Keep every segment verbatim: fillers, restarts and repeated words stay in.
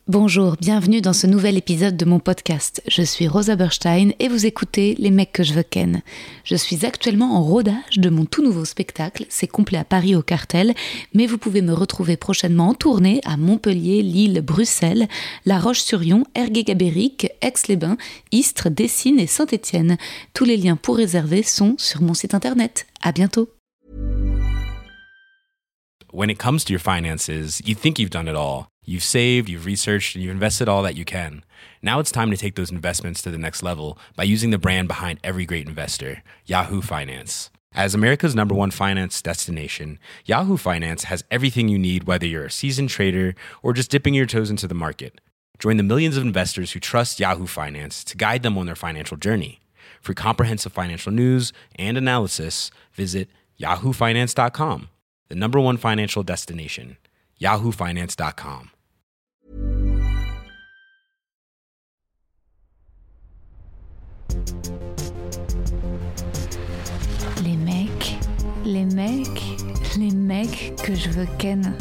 Bonjour, bienvenue dans ce nouvel épisode de mon podcast. Je suis Rosa Berstein et vous écoutez Les mecs que je veux ken. Je suis actuellement en rodage de mon tout nouveau spectacle, c'est complet à Paris au Cartel, mais vous pouvez me retrouver prochainement en tournée à Montpellier, Lille, Bruxelles, La Roche-sur-Yon, Ergué-Gabéric, Aix-les-Bains, Istres, Dessines et Saint-Étienne. Tous les liens pour réserver sont sur mon site internet. À bientôt. When it comes to your finances, you think you've done it all. You've saved, you've researched, and you've invested all that you can. Now it's time to take those investments to the next level by using the brand behind every great investor, Yahoo Finance. As America's number one finance destination, Yahoo Finance has everything you need, whether you're a seasoned trader or just dipping your toes into the market. Join the millions of investors who trust Yahoo Finance to guide them on their financial journey. For comprehensive financial news and analysis, visit yahoo finance dot com. The number one financial destination, yahoo finance dot com. Les mecs, les mecs, les mecs que je veux ken.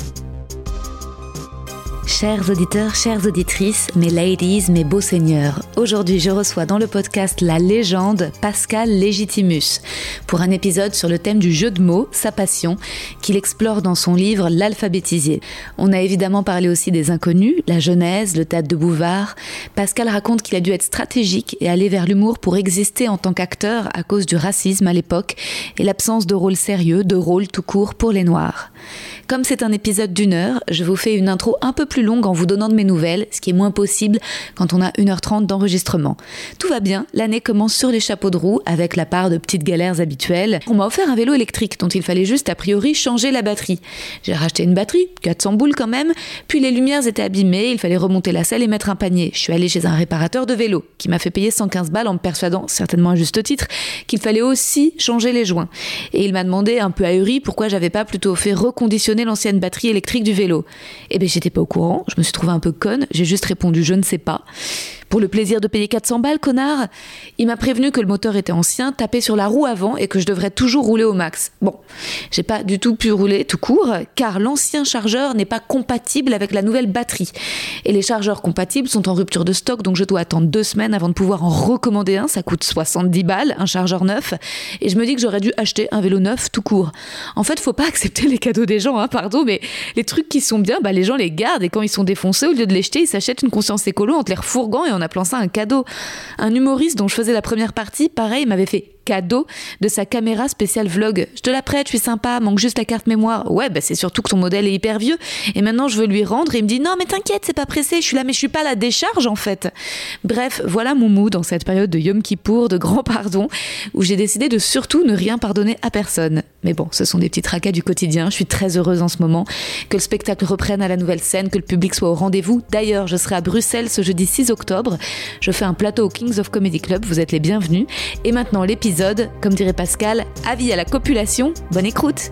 Chers auditeurs, chères auditrices, mes ladies, mes beaux seigneurs, aujourd'hui je reçois dans le podcast la légende Pascal Légitimus pour un épisode sur le thème du jeu de mots, sa passion, qu'il explore dans son livre L'Alphabétisier. On a évidemment parlé aussi des inconnus, la Genèse, le théâtre de Bouvard. Pascal raconte qu'il a dû être stratégique et aller vers l'humour pour exister en tant qu'acteur à cause du racisme à l'époque et l'absence de rôle sérieux, de rôle tout court pour les Noirs. Comme c'est un épisode d'une heure, je vous fais une intro un peu plus longue en vous donnant de mes nouvelles, ce qui est moins possible quand on a une heure trente d'enregistrement. Tout va bien, l'année commence sur les chapeaux de roue avec la part de petites galères habituelles. On m'a offert un vélo électrique dont il fallait juste a priori changer la batterie. J'ai racheté une batterie, quatre cents boules quand même, puis les lumières étaient abîmées, il fallait remonter la selle et mettre un panier. Je suis allée chez un réparateur de vélo qui m'a fait payer cent quinze balles en me persuadant, certainement à juste titre, qu'il fallait aussi changer les joints. Et il m'a demandé un peu ahuri pourquoi j'avais pas plutôt fait reconditionner l'ancienne batterie électrique du vélo. Eh ben j'étais pas au courant, je me suis trouvée un peu conne, j'ai juste répondu je ne sais pas. Pour le plaisir de payer quatre cents balles, connard. Il m'a prévenu que le moteur était ancien, tapé sur la roue avant et que je devrais toujours rouler au max. Bon, j'ai pas du tout pu rouler tout court, car l'ancien chargeur n'est pas compatible avec la nouvelle batterie. Et les chargeurs compatibles sont en rupture de stock, donc je dois attendre deux semaines avant de pouvoir en recommander un. Ça coûte soixante-dix balles, un chargeur neuf. Et je me dis que j'aurais dû acheter un vélo neuf tout court. En fait, faut pas accepter les cadeaux des gens, hein, pardon, mais les trucs qui sont bien, bah les gens les gardent et quand ils sont défoncés, au lieu de les jeter, ils s'achètent une conscience écolo en te les refourguant et en appelant ça un cadeau. Un humoriste dont je faisais la première partie, pareil, m'avait fait cadeau de sa caméra spéciale vlog. Je te la prête, je suis sympa, manque juste la carte mémoire. Ouais, bah c'est surtout que ton modèle est hyper vieux. Et maintenant, je veux lui rendre et il me dit non, mais t'inquiète, c'est pas pressé. Je suis là, mais je suis pas à la décharge en fait. Bref, voilà mon mood dans cette période de Yom Kippour, de grand pardon, où j'ai décidé de surtout ne rien pardonner à personne. Mais bon, ce sont des petits tracas du quotidien. Je suis très heureuse en ce moment que le spectacle reprenne à la nouvelle scène, que le public soit au rendez-vous. D'ailleurs, je serai à Bruxelles ce jeudi six octobre. Je fais un plateau au Kings of Comedy Club. Vous êtes les bienvenus. Et maintenant, l'épisode. Comme dirait Pascal, avis à la copulation, bonne écoute.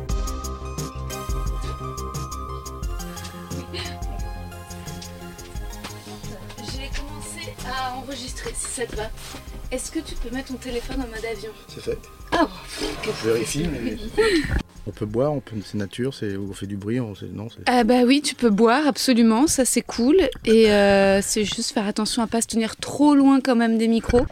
J'ai commencé à enregistrer, si ça te va. Est-ce que tu peux mettre ton téléphone en mode avion ? C'est fait. Ah, Je vérifie, mais... On peut boire, on peut... c'est nature, c'est... on fait du bruit, on... non c'est... Ah bah oui, tu peux boire, absolument, ça c'est cool. Et euh, c'est juste faire attention à pas se tenir trop loin quand même des micros.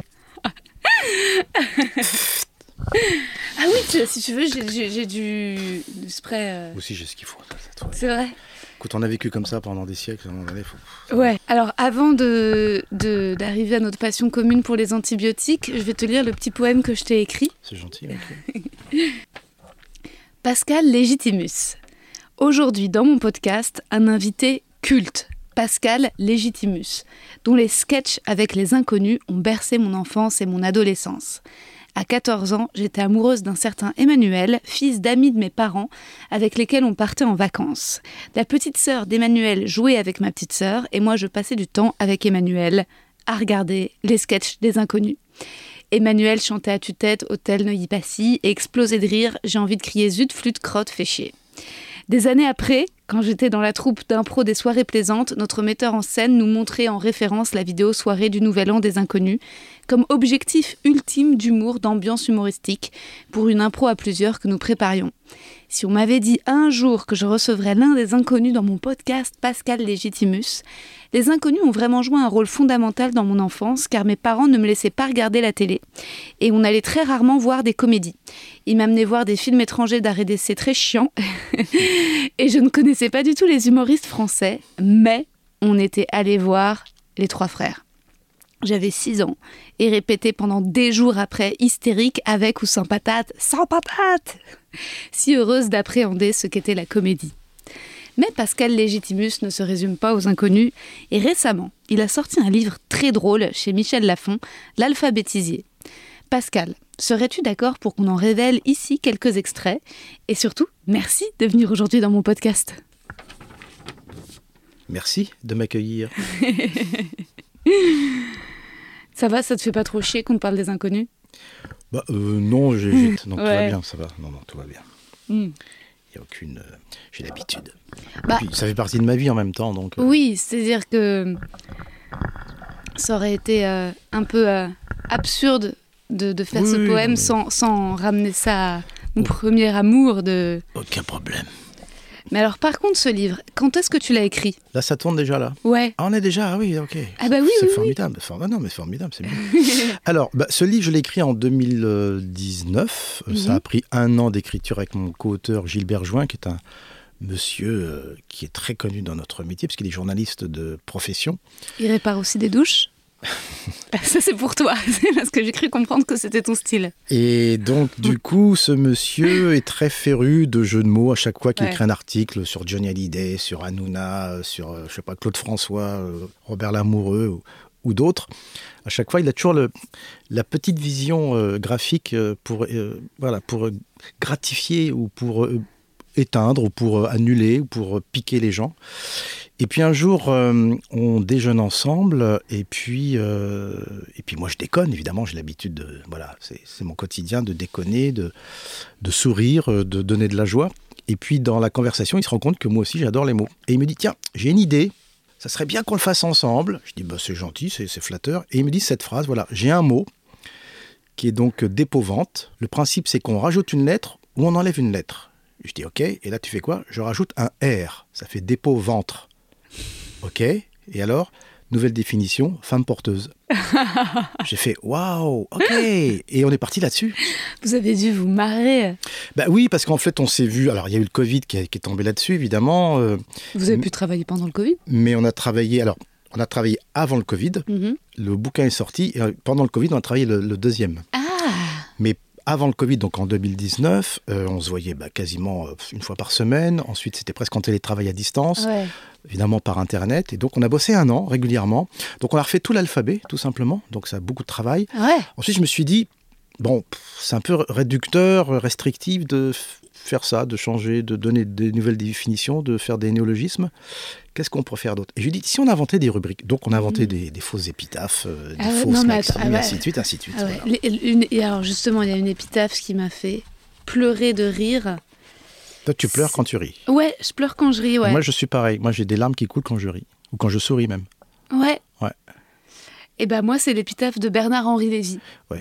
Ah oui, tu, si tu veux, j'ai, j'ai, j'ai du, du spray. Euh... Aussi, j'ai ce qu'il faut. Ça, c'est vrai. Écoute, on a vécu comme ça pendant des siècles. À un moment donné, faut... Ouais. Alors, avant de, de, d'arriver à notre passion commune pour les antibiotiques, je vais te lire le petit poème que je t'ai écrit. C'est gentil. Okay. Pascal Légitimus. Aujourd'hui, dans mon podcast, un invité culte. Pascal Légitimus, dont les sketchs avec les inconnus ont bercé mon enfance et mon adolescence. À quatorze ans, j'étais amoureuse d'un certain Emmanuel, fils d'amis de mes parents, avec lesquels on partait en vacances. La petite sœur d'Emmanuel jouait avec ma petite sœur, et moi je passais du temps avec Emmanuel à regarder les sketchs des inconnus. Emmanuel chantait à tue-tête Hôtel Neuilly-Passy et explosait de rire, j'ai envie de crier zut, flûte, crotte, fais chier. Des années après, quand j'étais dans la troupe d'impro des soirées plaisantes, notre metteur en scène nous montrait en référence la vidéo soirée du Nouvel An des Inconnus comme objectif ultime d'humour, d'ambiance humoristique pour une impro à plusieurs que nous préparions. Si on m'avait dit un jour que je recevrais l'un des inconnus dans mon podcast Pascal Légitimus, les inconnus ont vraiment joué un rôle fondamental dans mon enfance car mes parents ne me laissaient pas regarder la télé et on allait très rarement voir des comédies. Ils m'amenaient voir des films étrangers d'arrêt d'essai très chiants et je ne connaissais pas du tout les humoristes français, mais on était allés voir Les Trois Frères. J'avais six ans et répétais pendant des jours après, hystérique, avec ou sans patate, sans patate, si heureuse d'appréhender ce qu'était la comédie. Mais Pascal Légitimus ne se résume pas aux inconnus et récemment, il a sorti un livre très drôle chez Michel Lafon, L'Alphabétisier. Pascal, serais-tu d'accord pour qu'on en révèle ici quelques extraits ? Et surtout, merci de venir aujourd'hui dans mon podcast. Merci de m'accueillir. Ça va, ça te fait pas trop chier qu'on te parle des inconnus ? Bah, euh, non, j'évite. Donc Ouais. tout va bien, ça va. Non, non, tout va bien. Il Mm. n'y a aucune... euh, j'ai l'habitude. Bah- Puis, ça fait partie de ma vie en même temps, donc... euh, Oui, c'est-à-dire que ça aurait été euh, un peu euh, absurde de, de faire Oui, ce oui, poème non, mais- sans, sans ramener ça à mon premier amour. De... Aucun problème. Mais alors, par contre, ce livre, quand est-ce que tu l'as écrit ? Là, ça tourne déjà, là. Ouais. Ah, on est déjà, ah oui, ok. Ah bah oui, C'est oui, formidable. For- Non, mais formidable, c'est bien. Alors, bah, ce livre, je l'ai écrit en deux mille dix-neuf. Euh, Ça Mhm. a pris un an d'écriture avec mon co-auteur Gilbert Join, qui est un monsieur euh, qui est très connu dans notre métier, parce qu'il est journaliste de profession. Il répare aussi des douches ? Ça, c'est pour toi. C'est parce que j'ai cru comprendre que c'était ton style. Et donc, du coup, ce monsieur est très féru de jeux de mots à chaque fois qu'il Ouais. écrit un article sur Johnny Hallyday, sur Hanouna, euh, sur, euh, je sais pas, Claude François, euh, Robert Lamoureux ou, ou d'autres. À chaque fois, il a toujours le, la petite vision euh, graphique euh, pour, euh, voilà, pour euh, gratifier ou pour euh, éteindre ou pour euh, annuler ou pour euh, piquer les gens. Et puis un jour, euh, on déjeune ensemble, et puis, euh, et puis moi je déconne, évidemment, j'ai l'habitude de, voilà, c'est, c'est mon quotidien de déconner, de, de sourire, euh, de donner de la joie. Et puis dans la conversation, il se rend compte que moi aussi j'adore les mots. Et il me dit, tiens, j'ai une idée, ça serait bien qu'on le fasse ensemble. Je dis, bah, c'est gentil, c'est, c'est flatteur. Et il me dit cette phrase, voilà, j'ai un mot qui est donc dépôt-vente. Le principe, c'est qu'on rajoute une lettre ou on enlève une lettre. Je dis, ok, et là tu fais quoi ? Je rajoute un R, ça fait dépôt-ventre. Ok, et alors, nouvelle définition, femme porteuse. J'ai fait waouh, ok, et on est parti là-dessus. Vous avez dû vous marrer. Bah oui, parce qu'en fait, on s'est vu. Alors, il y a eu le Covid qui, a- qui est tombé là-dessus, évidemment, euh, Vous avez Mm. pu travailler pendant le Covid ? mais on a travaillé. Alors, on a travaillé avant le Covid. Mhm. Le bouquin est sorti, et euh, pendant le Covid, on a travaillé le, le deuxième. Ah, Mais avant le Covid, donc en deux mille dix-neuf, euh, on se voyait bah, quasiment euh, une fois par semaine. Ensuite, c'était presque en télétravail à distance. ouais. Évidemment par Internet. Et donc, on a bossé un an régulièrement. Donc, on a refait tout l'alphabet, tout simplement. Donc, ça a beaucoup de travail. Ouais. Ensuite, je me suis dit, bon, pff, c'est un peu réducteur, restrictif de f- faire ça, de changer, de donner des nouvelles définitions, de faire des néologismes. Qu'est-ce qu'on pourrait faire d'autre ? Et je lui ai dit, si on inventait des rubriques, donc on a inventé Mhm. des, des fausses épitaphes, euh, des Ah ouais, fausses non, mais maximes, attends, ah ouais. ainsi de suite, ainsi de suite. Ah ouais. voilà. Les- une- et alors justement, il y a une épitaphe qui m'a fait pleurer de rire. Toi, tu pleures quand tu ris. Ouais, je pleure quand je ris, ouais. Moi, je suis pareil. Moi, j'ai des larmes qui coulent quand je ris. Ou quand je souris même. Ouais. Ouais. Et ben moi, c'est l'épitaphe de Bernard-Henri Lévy. Ouais.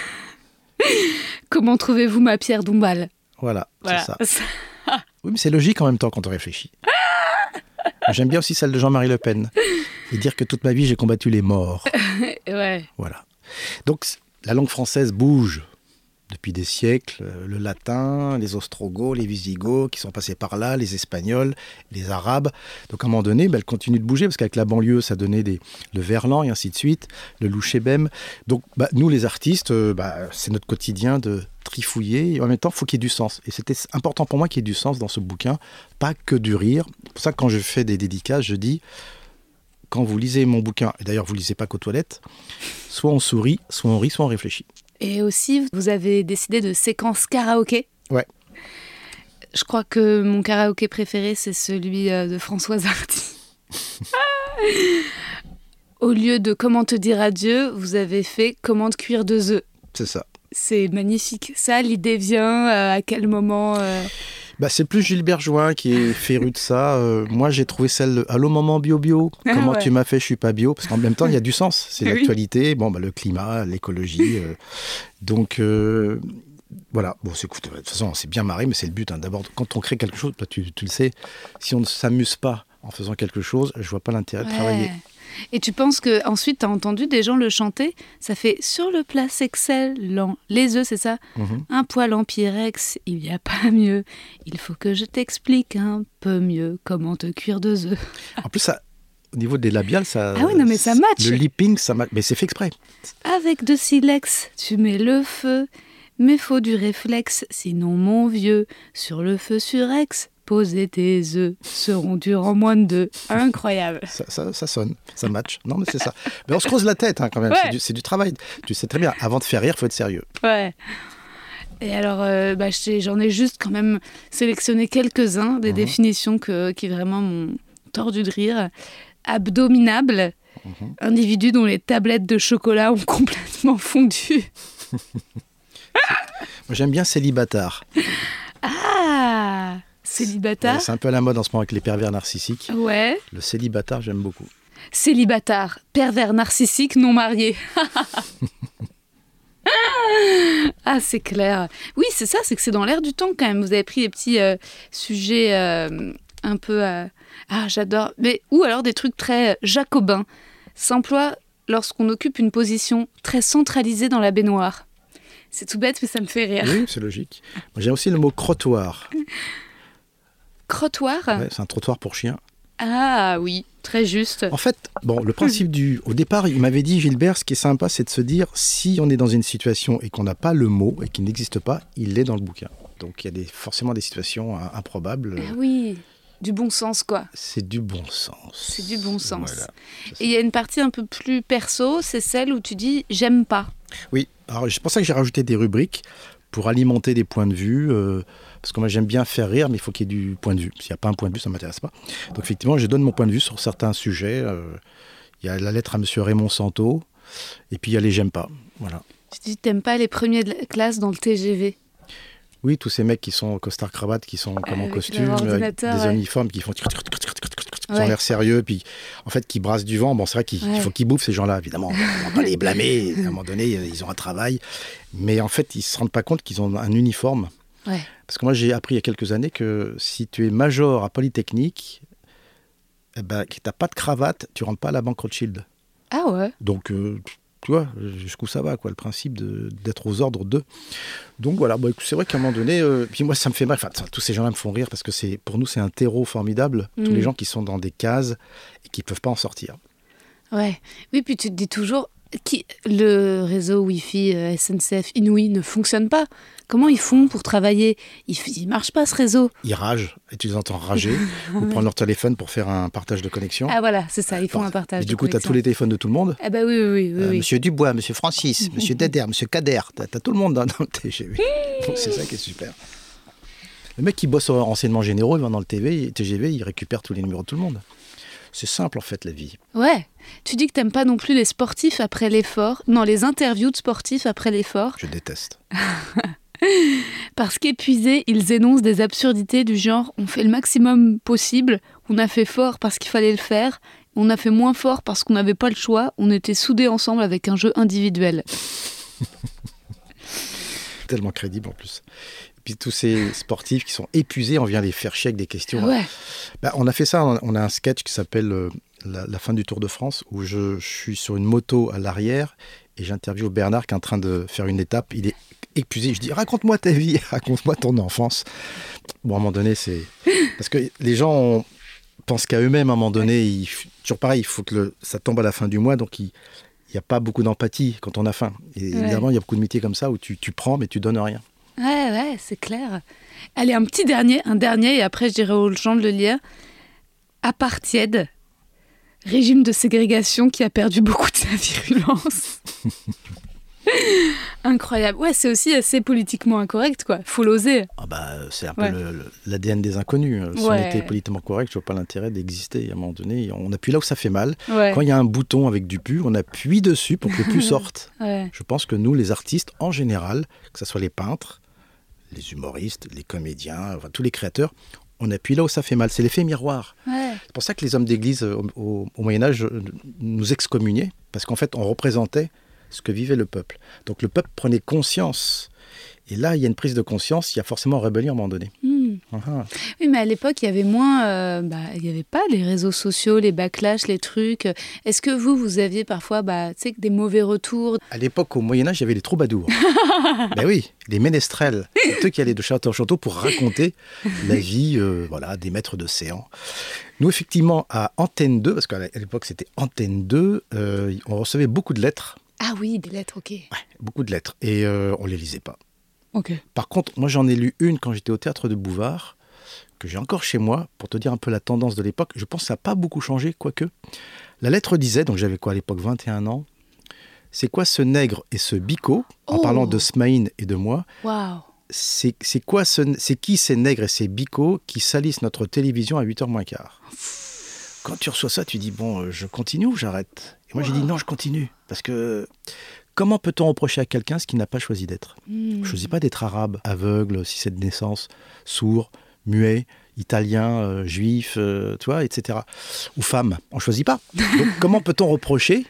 Comment trouvez-vous ma pierre Dombal ? Voilà, Voilà. c'est ça. Oui, mais c'est logique en même temps quand on réfléchit. J'aime bien aussi celle de Jean-Marie Le Pen. Et dire que toute ma vie, j'ai combattu les morts. Ouais. Voilà. Donc, c- la langue française bouge depuis des siècles. Euh, Le latin, les ostrogoths, les visigoths qui sont passés par là, les espagnols, les arabes. Donc, à un moment donné, bah, elle continue de bouger parce qu'avec la banlieue, ça donnait des, le verlan et ainsi de suite, le louchébem. Donc, bah, nous, les artistes, euh, bah, c'est notre quotidien de trifouiller. Et en même temps, il faut qu'il y ait du sens. Et c'était important pour moi qu'il y ait du sens dans ce bouquin, pas que du rire. C'est pour ça que quand je fais des dédicaces, je dis, quand vous lisez mon bouquin, et d'ailleurs, vous ne lisez pas qu'aux toilettes, soit on sourit, soit on rit, soit on réfléchit. Et aussi, vous avez décidé de séquence karaoké. Ouais. Je crois que mon karaoké préféré, c'est celui euh, de Françoise Hardy. Au lieu de comment te dire adieu, vous avez fait comment te cuire deux œufs. C'est ça. C'est magnifique. Ça, l'idée vient euh, à quel moment euh... Bah, c'est plus Gilbert Join qui est féru de ça. Euh, moi, j'ai trouvé celle de Allô maman bio bio. Ah Comment ouais. tu m'as fait, je suis pas bio. Parce qu'en même temps, il y a du sens. C'est Oui. l'actualité, bon, bah, le climat, l'écologie. euh. Donc, euh, Voilà, bon, c'est, écoute, de toute façon, c'est bien marré, mais c'est le but. Hein. D'abord, quand on crée quelque chose, toi, tu, tu le sais, si on ne s'amuse pas en faisant quelque chose, je vois pas l'intérêt ouais. de travailler. Et tu penses que ensuite tu as entendu des gens le chanter, ça fait sur le plat excellent, les œufs, c'est ça? Mm-hmm. Un poil en pyrex, il n'y a pas mieux. Il faut que je t'explique un peu mieux comment te cuire deux œufs. En plus, ça, au niveau des labiales, ça. Ah oui, non mais ça match. Le lipping, ça match, mais c'est fait exprès. Avec de silex, tu mets le feu, mais faut du réflexe, sinon mon vieux, sur le feu surex. Poser tes œufs seront durs en moins de deux. Incroyable. Ça, ça, ça sonne, ça match. Non, mais c'est ça. Mais on se creuse la tête hein, quand même. Ouais. C'est, du, c'est du travail. Tu sais très bien, avant de faire rire, il faut être sérieux. Ouais. Et alors, euh, bah, j'en ai juste quand même sélectionné quelques-uns, des mmh. définitions que, qui vraiment m'ont tordu de rire. Abdominable, mmh. individu dont les tablettes de chocolat ont complètement fondu. Moi, j'aime bien célibataire. Ah, célibataire. Ouais, c'est un peu à la mode en ce moment avec les pervers narcissiques. Ouais. Le célibataire, j'aime beaucoup. Célibataire, pervers narcissique, non marié. Ah, c'est clair. Oui, c'est ça, c'est que c'est dans l'air du temps quand même. Vous avez pris des petits euh, sujets euh, un peu... Euh... Ah, j'adore. Mais, ou alors des trucs très jacobins. S'emploie lorsqu'on occupe une position très centralisée dans la baignoire. C'est tout bête, mais ça me fait rire. Oui, c'est logique. Moi, j'ai aussi le mot crottoir. Crottoir ? Ouais, c'est un trottoir pour chiens. Ah oui, très juste. En fait, bon, le principe du... Au départ, il m'avait dit, Gilbert, ce qui est sympa, c'est de se dire, si on est dans une situation et qu'on n'a pas le mot et qu'il n'existe pas, il est dans le bouquin. Donc, il y a des, forcément des situations hein, improbables. Ah oui, du bon sens, quoi. C'est du bon sens. C'est du bon sens. Voilà, et il y a une partie un peu plus perso, c'est celle où tu dis « j'aime pas ». Oui, alors c'est pour ça que j'ai rajouté des rubriques pour alimenter des points de vue, euh, parce que moi j'aime bien faire rire, mais il faut qu'il y ait du point de vue. S'il n'y a pas un point de vue, ça ne m'intéresse pas. Donc effectivement, je donne mon point de vue sur certains sujets. Euh, il y a la lettre à M. Raymond Santo, et puis il y a les j'aime pas. Voilà. Tu dis t'aimes pas les premiers de la classe dans le T G V? Oui, tous ces mecs qui sont en costard-cravate, qui sont comme en costume, avec des ouais. uniformes, qui font... qui ouais. ont l'air sérieux, puis en fait qui brassent du vent. Bon, c'est vrai qu'il ouais. faut qu'ils bouffent ces gens-là, évidemment. On ne va pas les blâmer. À un moment donné, ils ont un travail. Mais en fait, ils ne se rendent pas compte qu'ils ont un uniforme. Ouais. Parce que moi, j'ai appris il y a quelques années que si tu es major à Polytechnique, eh ben, que tu n'as pas de cravate, tu ne rentres pas à la banque Rothschild. Ah ouais. Donc, euh, tu vois, jusqu'où ça va, quoi, le principe de, d'être aux ordres d'eux. Donc voilà, bah, c'est vrai qu'à un moment donné, euh, puis moi, ça me fait mal. Enfin, tous ces gens-là me font rire parce que c'est, pour nous, c'est un terreau formidable. Mmh. Tous les gens qui sont dans des cases et qui ne peuvent pas en sortir. Ouais. Oui, puis tu te dis toujours, qui, le réseau Wi-Fi euh, S N C F Inouï ne fonctionne pas. Comment ils font pour travailler? Il ne marche pas, ce réseau. Ils ragent, et tu les entends rager, ou prendre leur téléphone pour faire un partage de connexion. Ah voilà, c'est ça, ils font Par... un partage et de du coup, tu as tous les téléphones de tout le monde. Ah bah oui, oui, oui. oui, euh, oui. Monsieur Dubois, Monsieur Francis, Monsieur Dader, Monsieur Kader, tu as tout le monde dans, dans le T G V. Donc c'est ça qui est super. Le mec qui bosse en renseignements généraux, il va dans le T V, T G V, il récupère tous les numéros de tout le monde. C'est simple en fait la vie. Ouais. Tu dis que t'aimes pas non plus les sportifs après l'effort. Non, les interviews de sportifs après l'effort. Je déteste. Parce qu'épuisés, ils énoncent des absurdités du genre on fait le maximum possible, on a fait fort parce qu'il fallait le faire, on a fait moins fort parce qu'on n'avait pas le choix, on était soudés ensemble avec un jeu individuel. Tellement crédible en plus. Et puis tous ces sportifs qui sont épuisés, on vient les faire chier avec des questions. Ouais. Bah, on a fait ça, on a un sketch qui s'appelle euh, la, la fin du Tour de France, où je, je suis sur une moto à l'arrière et j'interviewe Bernard qui est en train de faire une étape. Il est épuisé. Je dis, raconte-moi ta vie, raconte-moi ton enfance. Bon, à un moment donné, c'est... Parce que les gens ont... pensent qu'à eux-mêmes, à un moment donné. Il... Toujours pareil, il faut que le... ça tombe à la fin du mois, donc il n'y a pas beaucoup d'empathie quand on a faim. Et ouais. Évidemment, il y a beaucoup de métiers comme ça où tu, tu prends, mais tu donnes rien. Ouais, ouais, c'est clair. Allez, un petit dernier, un dernier, et après, je dirais aux gens de le lire. Apartheid, régime de ségrégation qui a perdu beaucoup de sa virulence. Incroyable. Ouais, c'est aussi assez politiquement incorrect, quoi. Faut l'oser. Ah bah, c'est un peu ouais. le, le, l'A D N des inconnus. Si ouais. on était politiquement correct, je vois pas l'intérêt d'exister. À un moment donné, on appuie là où ça fait mal. Ouais. Quand il y a un bouton avec du pu, on appuie dessus pour que le pu sorte. Ouais. Je pense que nous, les artistes, en général, que ce soit les peintres, les humoristes, les comédiens, enfin, tous les créateurs, on appuie là où ça fait mal. C'est l'effet miroir. Ouais. C'est pour ça que les hommes d'église au, au, au Moyen-Âge nous excommuniaient, parce qu'en fait, on représentait ce que vivait le peuple. Donc le peuple prenait conscience Et là, il y a une prise de conscience, il y a forcément rébellion à un moment donné. Mmh. Uh-huh. Oui, mais à l'époque, il y avait moins... Euh, bah, il n'y avait pas les réseaux sociaux, les backlash, les trucs. Est-ce que vous, vous aviez parfois bah, tu sais, des mauvais retours? À l'époque, au Moyen-Âge, il y avait les troubadours. Ben oui, les ménestrels. Ceux qui allaient de château en château pour raconter la vie euh, voilà, des maîtres d'océan. Nous, effectivement, à Antenne deux, parce qu'à l'époque, c'était Antenne deux, euh, on recevait beaucoup de lettres. Ah oui, des lettres, ok. Ouais, beaucoup de lettres. Et euh, on ne les lisait pas. Ok. Par contre, moi, j'en ai lu une quand j'étais au Théâtre de Bouvard, que j'ai encore chez moi, pour te dire un peu la tendance de l'époque. Je pense que ça n'a pas beaucoup changé, quoique. La lettre disait, donc j'avais quoi à l'époque, vingt et un ans, c'est quoi ce nègre et ce bico, en Oh. parlant de Smaïn et de moi. Waouh. C'est, c'est, quoi ce, c'est qui ces nègres et ces bicots qui salissent notre télévision à huit heures moins quart? Quand tu reçois ça, tu dis, bon, je continue ou j'arrête? Et moi, wow. j'ai dit, non, je continue. Parce que comment peut-on reprocher à quelqu'un ce qu'il n'a pas choisi d'être? mmh. Je ne choisis pas d'être arabe, aveugle, si c'est de naissance, sourd, muet, italien, euh, juif, euh, tu vois, et cetera. Ou femme. On ne choisit pas. Donc, comment peut-on reprocher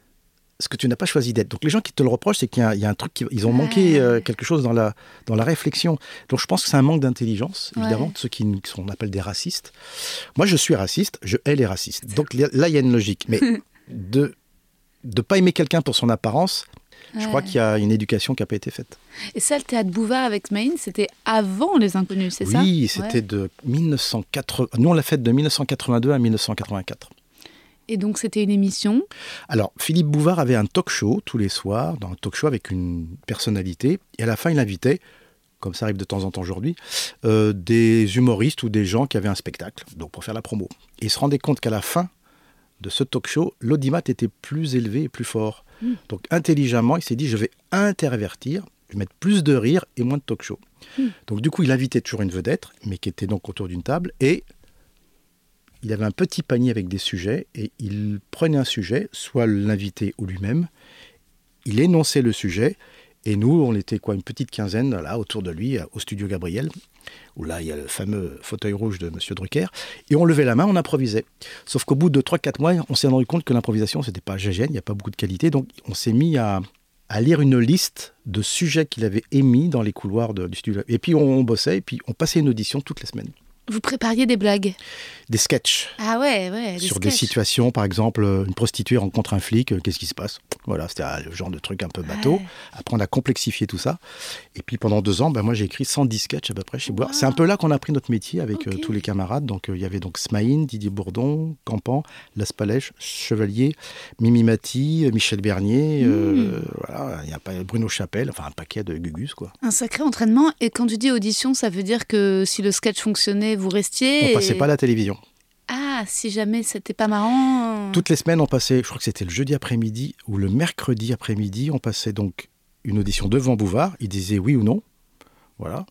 ce que tu n'as pas choisi d'être? Donc les gens qui te le reprochent, c'est qu'il y a, il y a un truc, qui, ils ont manqué euh, quelque chose dans la, dans la réflexion. Donc je pense que c'est un manque d'intelligence, évidemment, ouais. de ceux qui, qui sont, on appelle des racistes. Moi, je suis raciste, je hais les racistes. Donc là, il y a une logique. Mais de ne pas aimer quelqu'un pour son apparence, ouais. je crois qu'il y a une éducation qui n'a pas été faite. Et ça, le Théâtre Bouvard avec Smaïn, c'était avant Les Inconnus, c'est oui, ça? Oui, c'était ouais. de mille neuf cent quatre-vingts. Nous, on l'a fait de mille neuf cent quatre-vingt-deux à mille neuf cent quatre-vingt-quatre. Et donc, c'était une émission? Alors, Philippe Bouvard avait un talk show tous les soirs, dans un talk show avec une personnalité. Et à la fin, il invitait, comme ça arrive de temps en temps aujourd'hui, euh, des humoristes ou des gens qui avaient un spectacle, donc pour faire la promo. Et il se rendait compte qu'à la fin de ce talk show, l'audimat était plus élevé et plus fort. Mmh. Donc, intelligemment, il s'est dit, je vais intervertir, je vais mettre plus de rire et moins de talk show. Mmh. Donc, du coup, il invitait toujours une vedette, mais qui était donc autour d'une table, et il avait un petit panier avec des sujets et il prenait un sujet, soit l'invité ou lui-même, il énonçait le sujet et nous, on était quoi, une petite quinzaine là autour de lui, au studio Gabriel, où là, il y a le fameux fauteuil rouge de M. Drucker, et on levait la main, on improvisait. Sauf qu'au bout de trois quatre mois, on s'est rendu compte que l'improvisation, c'était pas gégène, il n'y a pas beaucoup de qualité, donc on s'est mis à, à lire une liste de sujets qu'il avait émis dans les couloirs de, du studio. Et puis on, on bossait, et puis on passait une audition toutes les semaines. Vous prépariez des blagues? Des sketchs. Ah ouais, ouais. Des sur sketchs. Des situations, par exemple, une prostituée rencontre un flic, qu'est-ce qui se passe? Voilà, c'était le genre de truc un peu bateau. Ouais. Après, on a complexifié tout ça. Et puis, pendant deux ans, ben, moi, j'ai écrit cent dix sketchs à peu près chez wow. Bouvard. C'est un peu là qu'on a appris notre métier avec okay. euh, tous les camarades. Donc, il euh, y avait donc Smaïn, Didier Bourdon, Campan, Las Palèche, Chevalier, Mimi Mati, Michel Bernier, mmh. euh, voilà, y a pas Bruno Chapelle, enfin un paquet de gugus, quoi. Un sacré entraînement. Et quand tu dis audition, ça veut dire que si le sketch fonctionnait, vous restiez? On et... passait pas à la télévision. Ah, si jamais c'était pas marrant. Toutes les semaines, on passait, je crois que c'était le jeudi après-midi ou le mercredi après-midi, on passait donc une audition devant Bouvard. Il disait oui ou non. Voilà.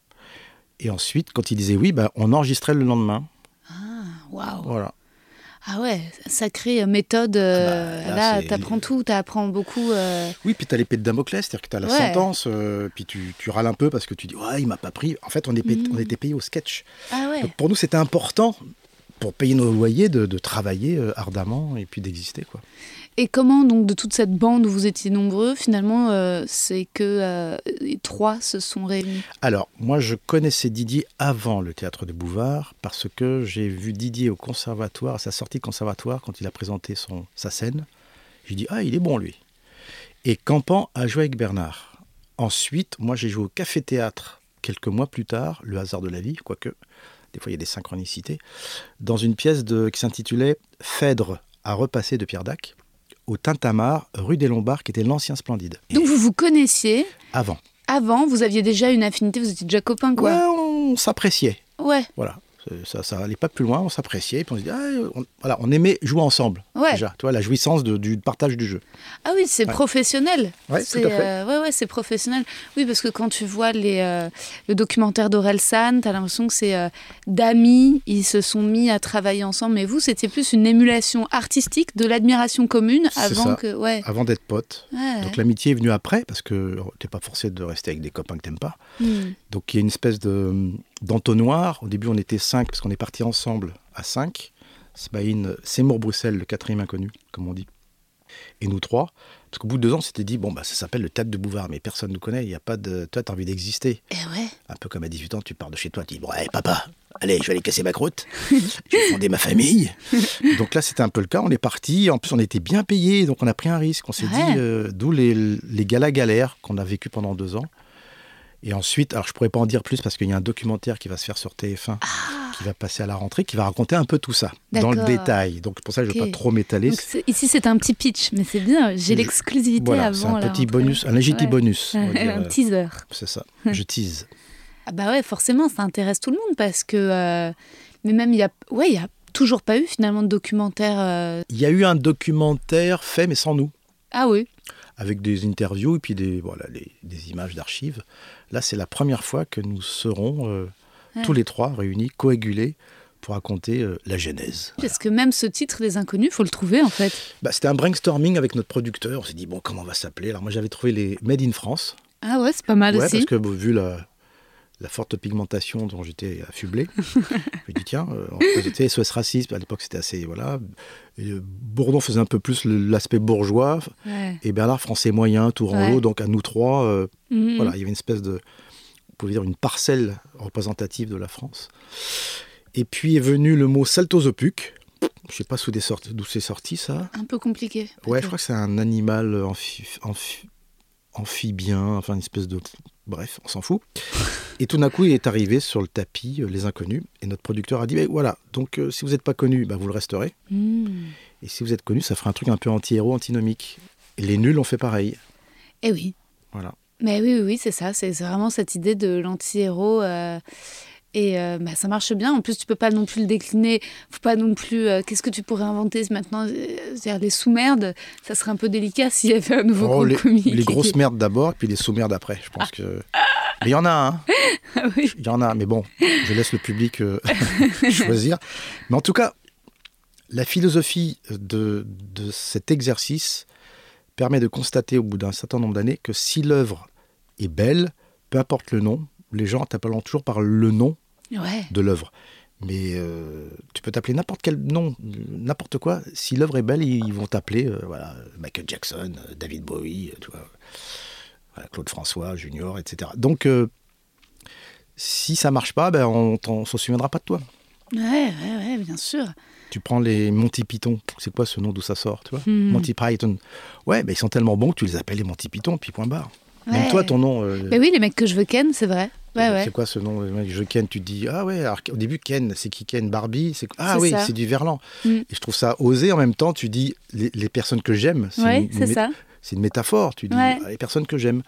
Et ensuite, quand il disait oui, ben, on enregistrait le lendemain. Ah, waouh. Voilà. Ah ouais, sacrée méthode. Euh, bah, là, là t'apprends les... tout, t'apprends beaucoup. Euh... Oui, puis t'as l'épée de Damoclès, c'est-à-dire que t'as la ouais. sentence, euh, puis tu, tu râles un peu parce que tu dis ouais, il m'a pas pris. En fait, on, est payé, mmh. on était payé au sketch. Ah ouais. Donc pour nous, c'était important, pour payer nos loyers, de, de travailler euh, ardemment et puis d'exister, quoi. Et comment, donc, de toute cette bande où vous étiez nombreux, finalement, euh, c'est que euh, les trois se sont réunis? Alors, moi, je connaissais Didier avant le Théâtre de Bouvard, parce que j'ai vu Didier au conservatoire, à sa sortie de conservatoire, quand il a présenté son, sa scène. J'ai dit, ah, il est bon, lui. Et Campan a joué avec Bernard. Ensuite, moi, j'ai joué au Café-Théâtre, quelques mois plus tard, le hasard de la vie, quoique, des fois, il y a des synchronicités, dans une pièce de, qui s'intitulait « Phèdre à repasser » de Pierre Dac, au Tintamarre, rue des Lombards, qui était l'ancien Splendide. Donc vous vous connaissiez? Avant. Avant, vous aviez déjà une affinité, vous étiez déjà copains, quoi? Ouais, on s'appréciait. Ouais. Voilà. Ça, ça allait pas plus loin, on s'appréciait, puis on se dit, ah, on, voilà, on aimait jouer ensemble, ouais. déjà, tu vois, la jouissance de, du partage du jeu. Ah oui, c'est ouais. professionnel. Oui, tout à fait. Euh, ouais, ouais, c'est professionnel. Oui, parce que quand tu vois les, euh, le documentaire d'Orelsan, tu as l'impression que c'est euh, d'amis, ils se sont mis à travailler ensemble, mais vous, c'était plus une émulation artistique de l'admiration commune avant ça. que... Ouais. Avant d'être pote. Ouais. Donc l'amitié est venue après, parce que tu n'es pas forcé de rester avec des copains que tu n'aimes pas. Mm. Donc il y a une espèce de... d'entonnoir. Au début, on était cinq, parce qu'on est partis ensemble à cinq. Smaïn, Seymour Bruxelles, le quatrième inconnu, comme on dit. Et nous trois, parce qu'au bout de deux ans, on s'était dit, bon, bah, ça s'appelle le Théâtre de Bouvard, mais personne ne nous connaît, il y a pas de... Toi, tu as envie d'exister. Et ouais. Un peu comme à dix-huit ans, tu pars de chez toi, tu dis, bon, allez, papa, allez, je vais aller casser ma croûte, je vais fonder ma famille. Donc là, c'était un peu le cas, on est parti, en plus, on était bien payés, donc on a pris un risque. On s'est Ouais. dit, euh, d'où les, les galas galères qu'on a vécu pendant deux ans. Et ensuite, alors je pourrais pas en dire plus parce qu'il y a un documentaire qui va se faire sur T F un, Ah, qui va passer à la rentrée, qui va raconter un peu tout ça, dans le D'accord. détail. Donc pour ça, je ne veux Ok. pas trop m'étaler. donc c'est- ici, c'est un petit pitch, mais c'est bien. J'ai Je- l'exclusivité Voilà, avant. c'est un la petit rentrée. bonus, un légitime Ouais. bonus. on va Ouais, dire, un euh, teaser. C'est ça, je tease. Ah bah ouais, forcément, ça intéresse tout le monde parce que... euh, Mais même, il y a... Ouais, il y a toujours pas eu finalement de documentaire... euh, Il y a eu un documentaire fait, mais sans nous, Ah oui. avec des interviews et puis des, voilà, les- des images d'archives. Là, c'est la première fois que nous serons euh, Ouais. tous les trois réunis, coagulés, pour raconter euh, la genèse. Parce que même ce titre, Les Inconnus, faut le trouver en fait. Bah, c'était un brainstorming avec notre producteur. On s'est dit, bon, comment on va s'appeler? Alors moi, j'avais trouvé les Made in France. Ah ouais, c'est pas mal Ouais, aussi. parce que bon, vu la, la forte pigmentation dont j'étais affublé, je me dis tiens, euh, on faisait S O S racisme, à l'époque c'était assez, voilà. Et, euh, Bourdon faisait un peu plus le- l'aspect bourgeois, Ouais. et Bernard français moyen, Tourangeau, Ouais. donc à nous trois, euh, Mhm. voilà, il y avait une espèce de, on pouvait dire une parcelle représentative de la France. Et puis est venu le mot saltozopuc, je sais pas d'où des sorti- d'où c'est sorti ça. Un peu compliqué. Ouais, peut-être. je crois que c'est un animal amphi- amphi- amphibien, enfin une espèce de... Bref, on s'en fout. Et tout d'un coup, il est arrivé sur le tapis, euh, Les Inconnus, et notre producteur a dit, ben voilà, donc euh, si vous n'êtes pas connu, ben, vous le resterez, Mhm. et si vous êtes connu, ça fera un truc un peu anti-héros, antinomique. Et les nuls ont fait pareil. Eh oui. Voilà. Mais oui, oui, oui, c'est ça. C'est c'est vraiment cette idée de l'anti-héros. euh, Et euh, bah, ça marche bien. En plus, tu peux pas non plus le décliner. Faut pas non plus. euh, Qu'est-ce que tu pourrais inventer maintenant? euh, C'est-à-dire les sous-merdes. Ça serait un peu délicat s'il y avait un nouveau Oh, groupe les, comique. les grosses merdes d'abord, et puis les sous-merdes après, je pense que... Mais il y en a, hein. Ah oui. Il y en a, mais bon, je laisse le public euh, choisir. Mais en tout cas, la philosophie de, de cet exercice permet de constater au bout d'un certain nombre d'années que si l'œuvre est belle, peu importe le nom, les gens t'appelleront toujours par le nom Ouais. de l'œuvre. Mais euh, tu peux t'appeler n'importe quel nom, n'importe quoi. Si l'œuvre est belle, ils vont t'appeler euh, voilà, Michael Jackson, euh, David Bowie, euh, tu vois, voilà, Claude François, Junior, et cetera. Donc, euh, si ça marche pas, ben, on ne s'en souviendra pas de toi. Ouais, ouais, ouais, bien sûr. Tu prends les Monty Python, c'est quoi ce nom, d'où ça sort, tu vois Hmm. Monty Python. Ouais, ben, ils sont tellement bons que tu les appelles les Monty Python, puis point barre. Ouais. Même toi, ton nom... euh, Mais oui, les mecs que je veux ken, c'est vrai. Ouais, ouais. C'est quoi ce nom? Le mec, je Ken, tu te dis, ah ouais, alors au début, Ken, c'est qui Ken? Barbie? C'est... Ah C'est oui, ça. c'est du Verlan. Mm. Et je trouve ça osé en même temps, tu dis, les, les personnes que j'aime, c'est, Ouais, une, c'est une- ça. c'est une métaphore, tu dis, Ouais. ah, les personnes que j'aime.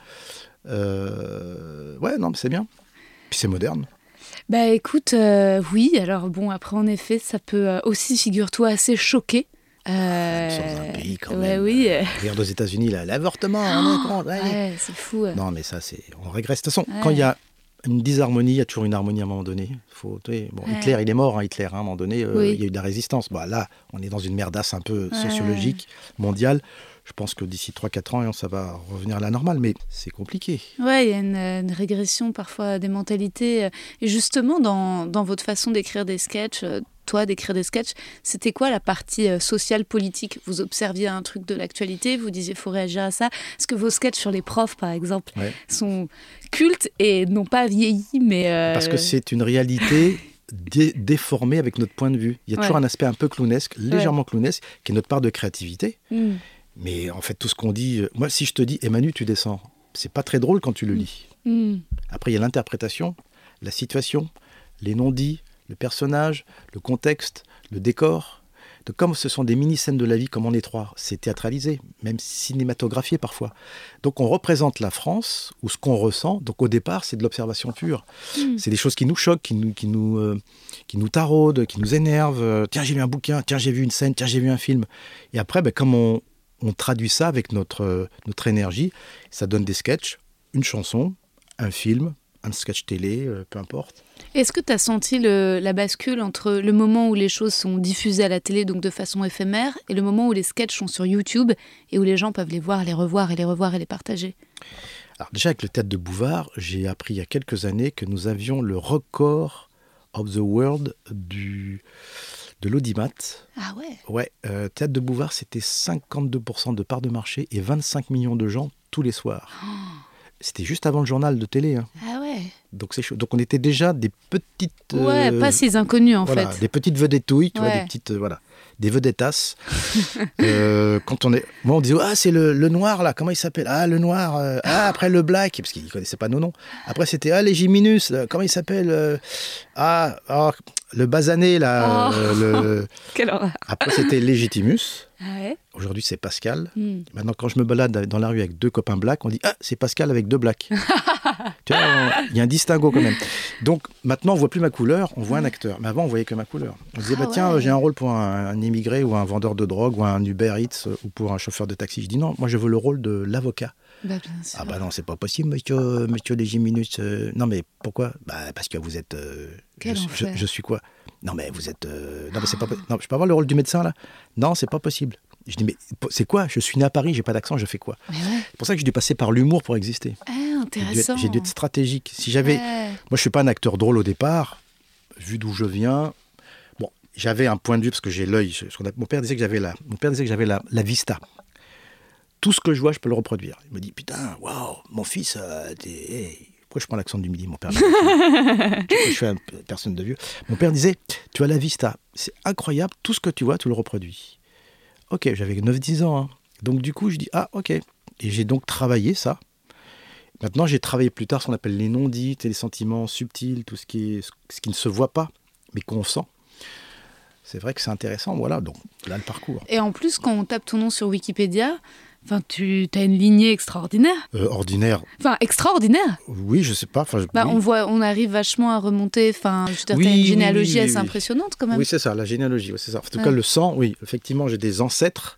Euh, ouais, non, mais c'est bien. Puis c'est moderne. Bah écoute, euh, oui. Alors bon, après, en effet, ça peut euh, aussi, figure-toi, assez choquer. Euh, Nous sommes un pays quand ouais, même. oui. euh, Regarde aux États-Unis, là, l'avortement, on est contre, ouais. Ouais, c'est fou. euh. Non, mais ça, c'est. On régresse. De toute façon, Ouais. quand il y a une disharmonie, il y a toujours une harmonie à un moment donné. Faut, tu sais, bon, Ouais. Hitler, il est mort, hein, Hitler, hein, à un moment donné, euh, Oui. il y a eu de la résistance. Bah, là, on est dans une merdasse un peu Ouais. sociologique, mondiale. Je pense que d'ici trois quatre ans, ça va revenir à la normale, mais c'est compliqué. Ouais, il y a une, une régression parfois des mentalités. Et justement, dans, dans votre façon d'écrire des sketchs, euh, toi d'écrire des sketchs, c'était quoi la partie euh, sociale politique? Vous observiez un truc de l'actualité, vous disiez faut réagir à ça. Est-ce que vos sketchs sur les profs, par exemple, Ouais. sont cultes et n'ont pas vieilli, mais euh, Parce que c'est une réalité dé- déformée avec notre point de vue. Il y a toujours Ouais. un aspect un peu clownesque, légèrement clownesque, qui est notre part de créativité. hmm, Mais en fait, tout ce qu'on dit... euh, Moi, si je te dis, Emmanuel, tu descends, c'est pas très drôle quand tu le lis. hmm. Après, il y a l'interprétation, la situation, les non-dits, le personnage, le contexte, le décor. Donc, comme ce sont des mini-scènes de la vie comme on est trois, c'est théâtralisé, même cinématographié parfois. Donc on représente la France, ou ce qu'on ressent. Donc au départ, c'est de l'observation pure. Mm. C'est des choses qui nous choquent, qui nous, qui nous, euh, qui nous taraudent, qui nous énervent. Euh, tiens, j'ai lu un bouquin, tiens, j'ai vu une scène, tiens, j'ai vu un film. Et après, ben, comme on, on traduit ça avec notre, euh, notre énergie, ça donne des sketchs, une chanson, un film, un sketch télé, euh, peu importe. Est-ce que tu as senti le- la bascule entre le moment où les choses sont diffusées à la télé, donc de façon éphémère, et le moment où les sketchs sont sur YouTube et où les gens peuvent les voir, les revoir et les revoir et les partager? Alors déjà, avec le théâtre de Bouvard, j'ai appris il y a quelques années que nous avions le record of the world du, de l'audimat. Ah ouais. Ouais, euh, Théâtre de Bouvard, c'était cinquante-deux pour cent de part de marché et vingt-cinq millions de gens tous les soirs. Oh. C'était juste avant le journal de télé. Hein. Ah ouais. Donc c'est chaud. Donc on était déjà des petites... Ouais, euh, pas si inconnus en voilà, fait. Des petites vedettouilles, tu ouais. vois, des petites... Euh, voilà. Des vedettasses. euh, quand on est... Moi, on disait, ah, c'est le, le noir, là, comment il s'appelle ? Ah, le noir. Euh... Ah, après, le black, parce qu'ils ne connaissaient pas nos noms. Après, c'était, ah, les Jiminus, là, comment il s'appelle ? euh... Ah, oh, le basané, là. Oh. Euh, le... Quelle horreur. Après, c'était Légitimus. Ah ouais. Aujourd'hui, c'est Pascal. Mm. Maintenant, quand je me balade dans la rue avec deux copains blacks, on dit, ah, c'est Pascal avec deux blacks. Tu vois, il y a un distinguo quand même. Donc, maintenant, on ne voit plus ma couleur, on voit un acteur. Mais avant, on voyait que ma couleur. On disait, ah, bah, tiens, ouais. j'ai un rôle pour un, un immigré ou un vendeur de drogue ou un Uber Eats ou pour un chauffeur de taxi. Je dis, non, moi, je veux le rôle de l'avocat. Bah, bien sûr. Ah bah non, c'est pas possible, monsieur, monsieur Légiminus. Euh, non, mais pourquoi ? Bah, parce que vous êtes... Euh, Quel je, enfer. je, je suis quoi ? Non, mais vous êtes... Euh, non, mais c'est pas... Non, je peux avoir le rôle du médecin, là ? Non, c'est pas possible. Je dis, mais c'est quoi ? Je suis né à Paris, j'ai pas d'accent, je fais quoi ? Ouais. C'est pour ça que j'ai dû passer par l'humour pour exister. Ah, intéressant. J'ai dû être, j'ai dû être stratégique. Si j'avais... Ouais. Moi, je suis pas un acteur drôle au départ, vu d'où je viens. Bon, j'avais un point de vue, parce que j'ai l'œil. Mon père disait que j'avais la, mon père disait que j'avais la, la vista. Tout ce que je vois, je peux le reproduire. Il me dit, putain, waouh, mon fils, euh, t'es... Hey. Pourquoi je prends l'accent du midi, mon père ? Je suis une personne de vieux. Mon père disait, tu as la vista. C'est incroyable, tout ce que tu vois, tu le reproduis. Ok, j'avais neuf dix ans. Hein. Donc du coup, je dis, ah, ok. Et j'ai donc travaillé ça. Maintenant, j'ai travaillé plus tard ce qu'on appelle les non-dits, les sentiments subtils, tout ce qui, est, ce qui ne se voit pas, mais qu'on sent. C'est vrai que c'est intéressant, voilà. Donc là, le parcours. Et en plus, quand on tape ton nom sur Wikipédia... Enfin, tu as une lignée extraordinaire. Euh, ordinaire. Enfin, extraordinaire. Oui, je sais pas. Enfin, bah, oui. on voit, on arrive vachement à remonter. Enfin, je veux dire, oui, t'as une généalogie oui, oui, assez oui. impressionnante quand même. Oui, c'est ça, la généalogie. Oui, c'est ça. En tout ouais. cas, le sang, oui, effectivement, j'ai des ancêtres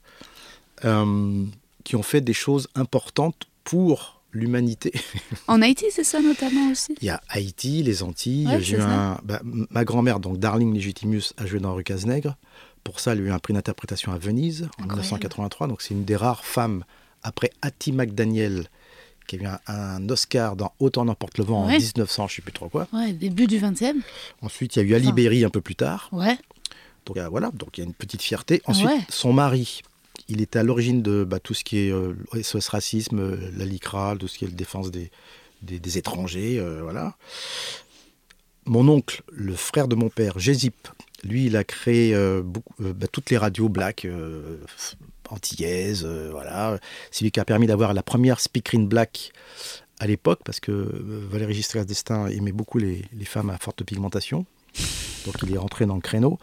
euh, qui ont fait des choses importantes pour l'humanité. En Haïti, c'est ça notamment aussi. Il y a Haïti, les Antilles. Ouais, j'ai eu un, bah, ma grand-mère, donc Darling Légitimus, a joué dans Rue Cazenègre. Pour ça, elle a eu un prix d'interprétation à Venise en dix-neuf cent quatre-vingt-trois. Donc, c'est une des rares femmes. Après Hattie McDaniel, qui a eu un, un Oscar dans Autant n'emporte le vent ouais. en dix-neuf cents, je ne sais plus trop quoi. Ouais, début du vingtième. Ensuite, il y a eu Ali enfin. Berry un peu plus tard. Ouais. Donc euh, voilà, donc il y a une petite fierté. Ensuite, ouais. son mari, il était à l'origine de bah, tout ce qui est euh, S O S racisme, euh, la LICRA, tout ce qui est la défense des, des, des étrangers, euh, voilà. Mon oncle, le frère de mon père, Gésip, lui, il a créé euh, beaucoup, euh, bah, toutes les radios black. Euh, antillaises, euh, voilà. C'est lui qui a permis d'avoir la première speakerine black à l'époque, parce que euh, Valéry Giscard d'Estaing aimait beaucoup les, les femmes à forte pigmentation. Donc il est rentré dans le créneau.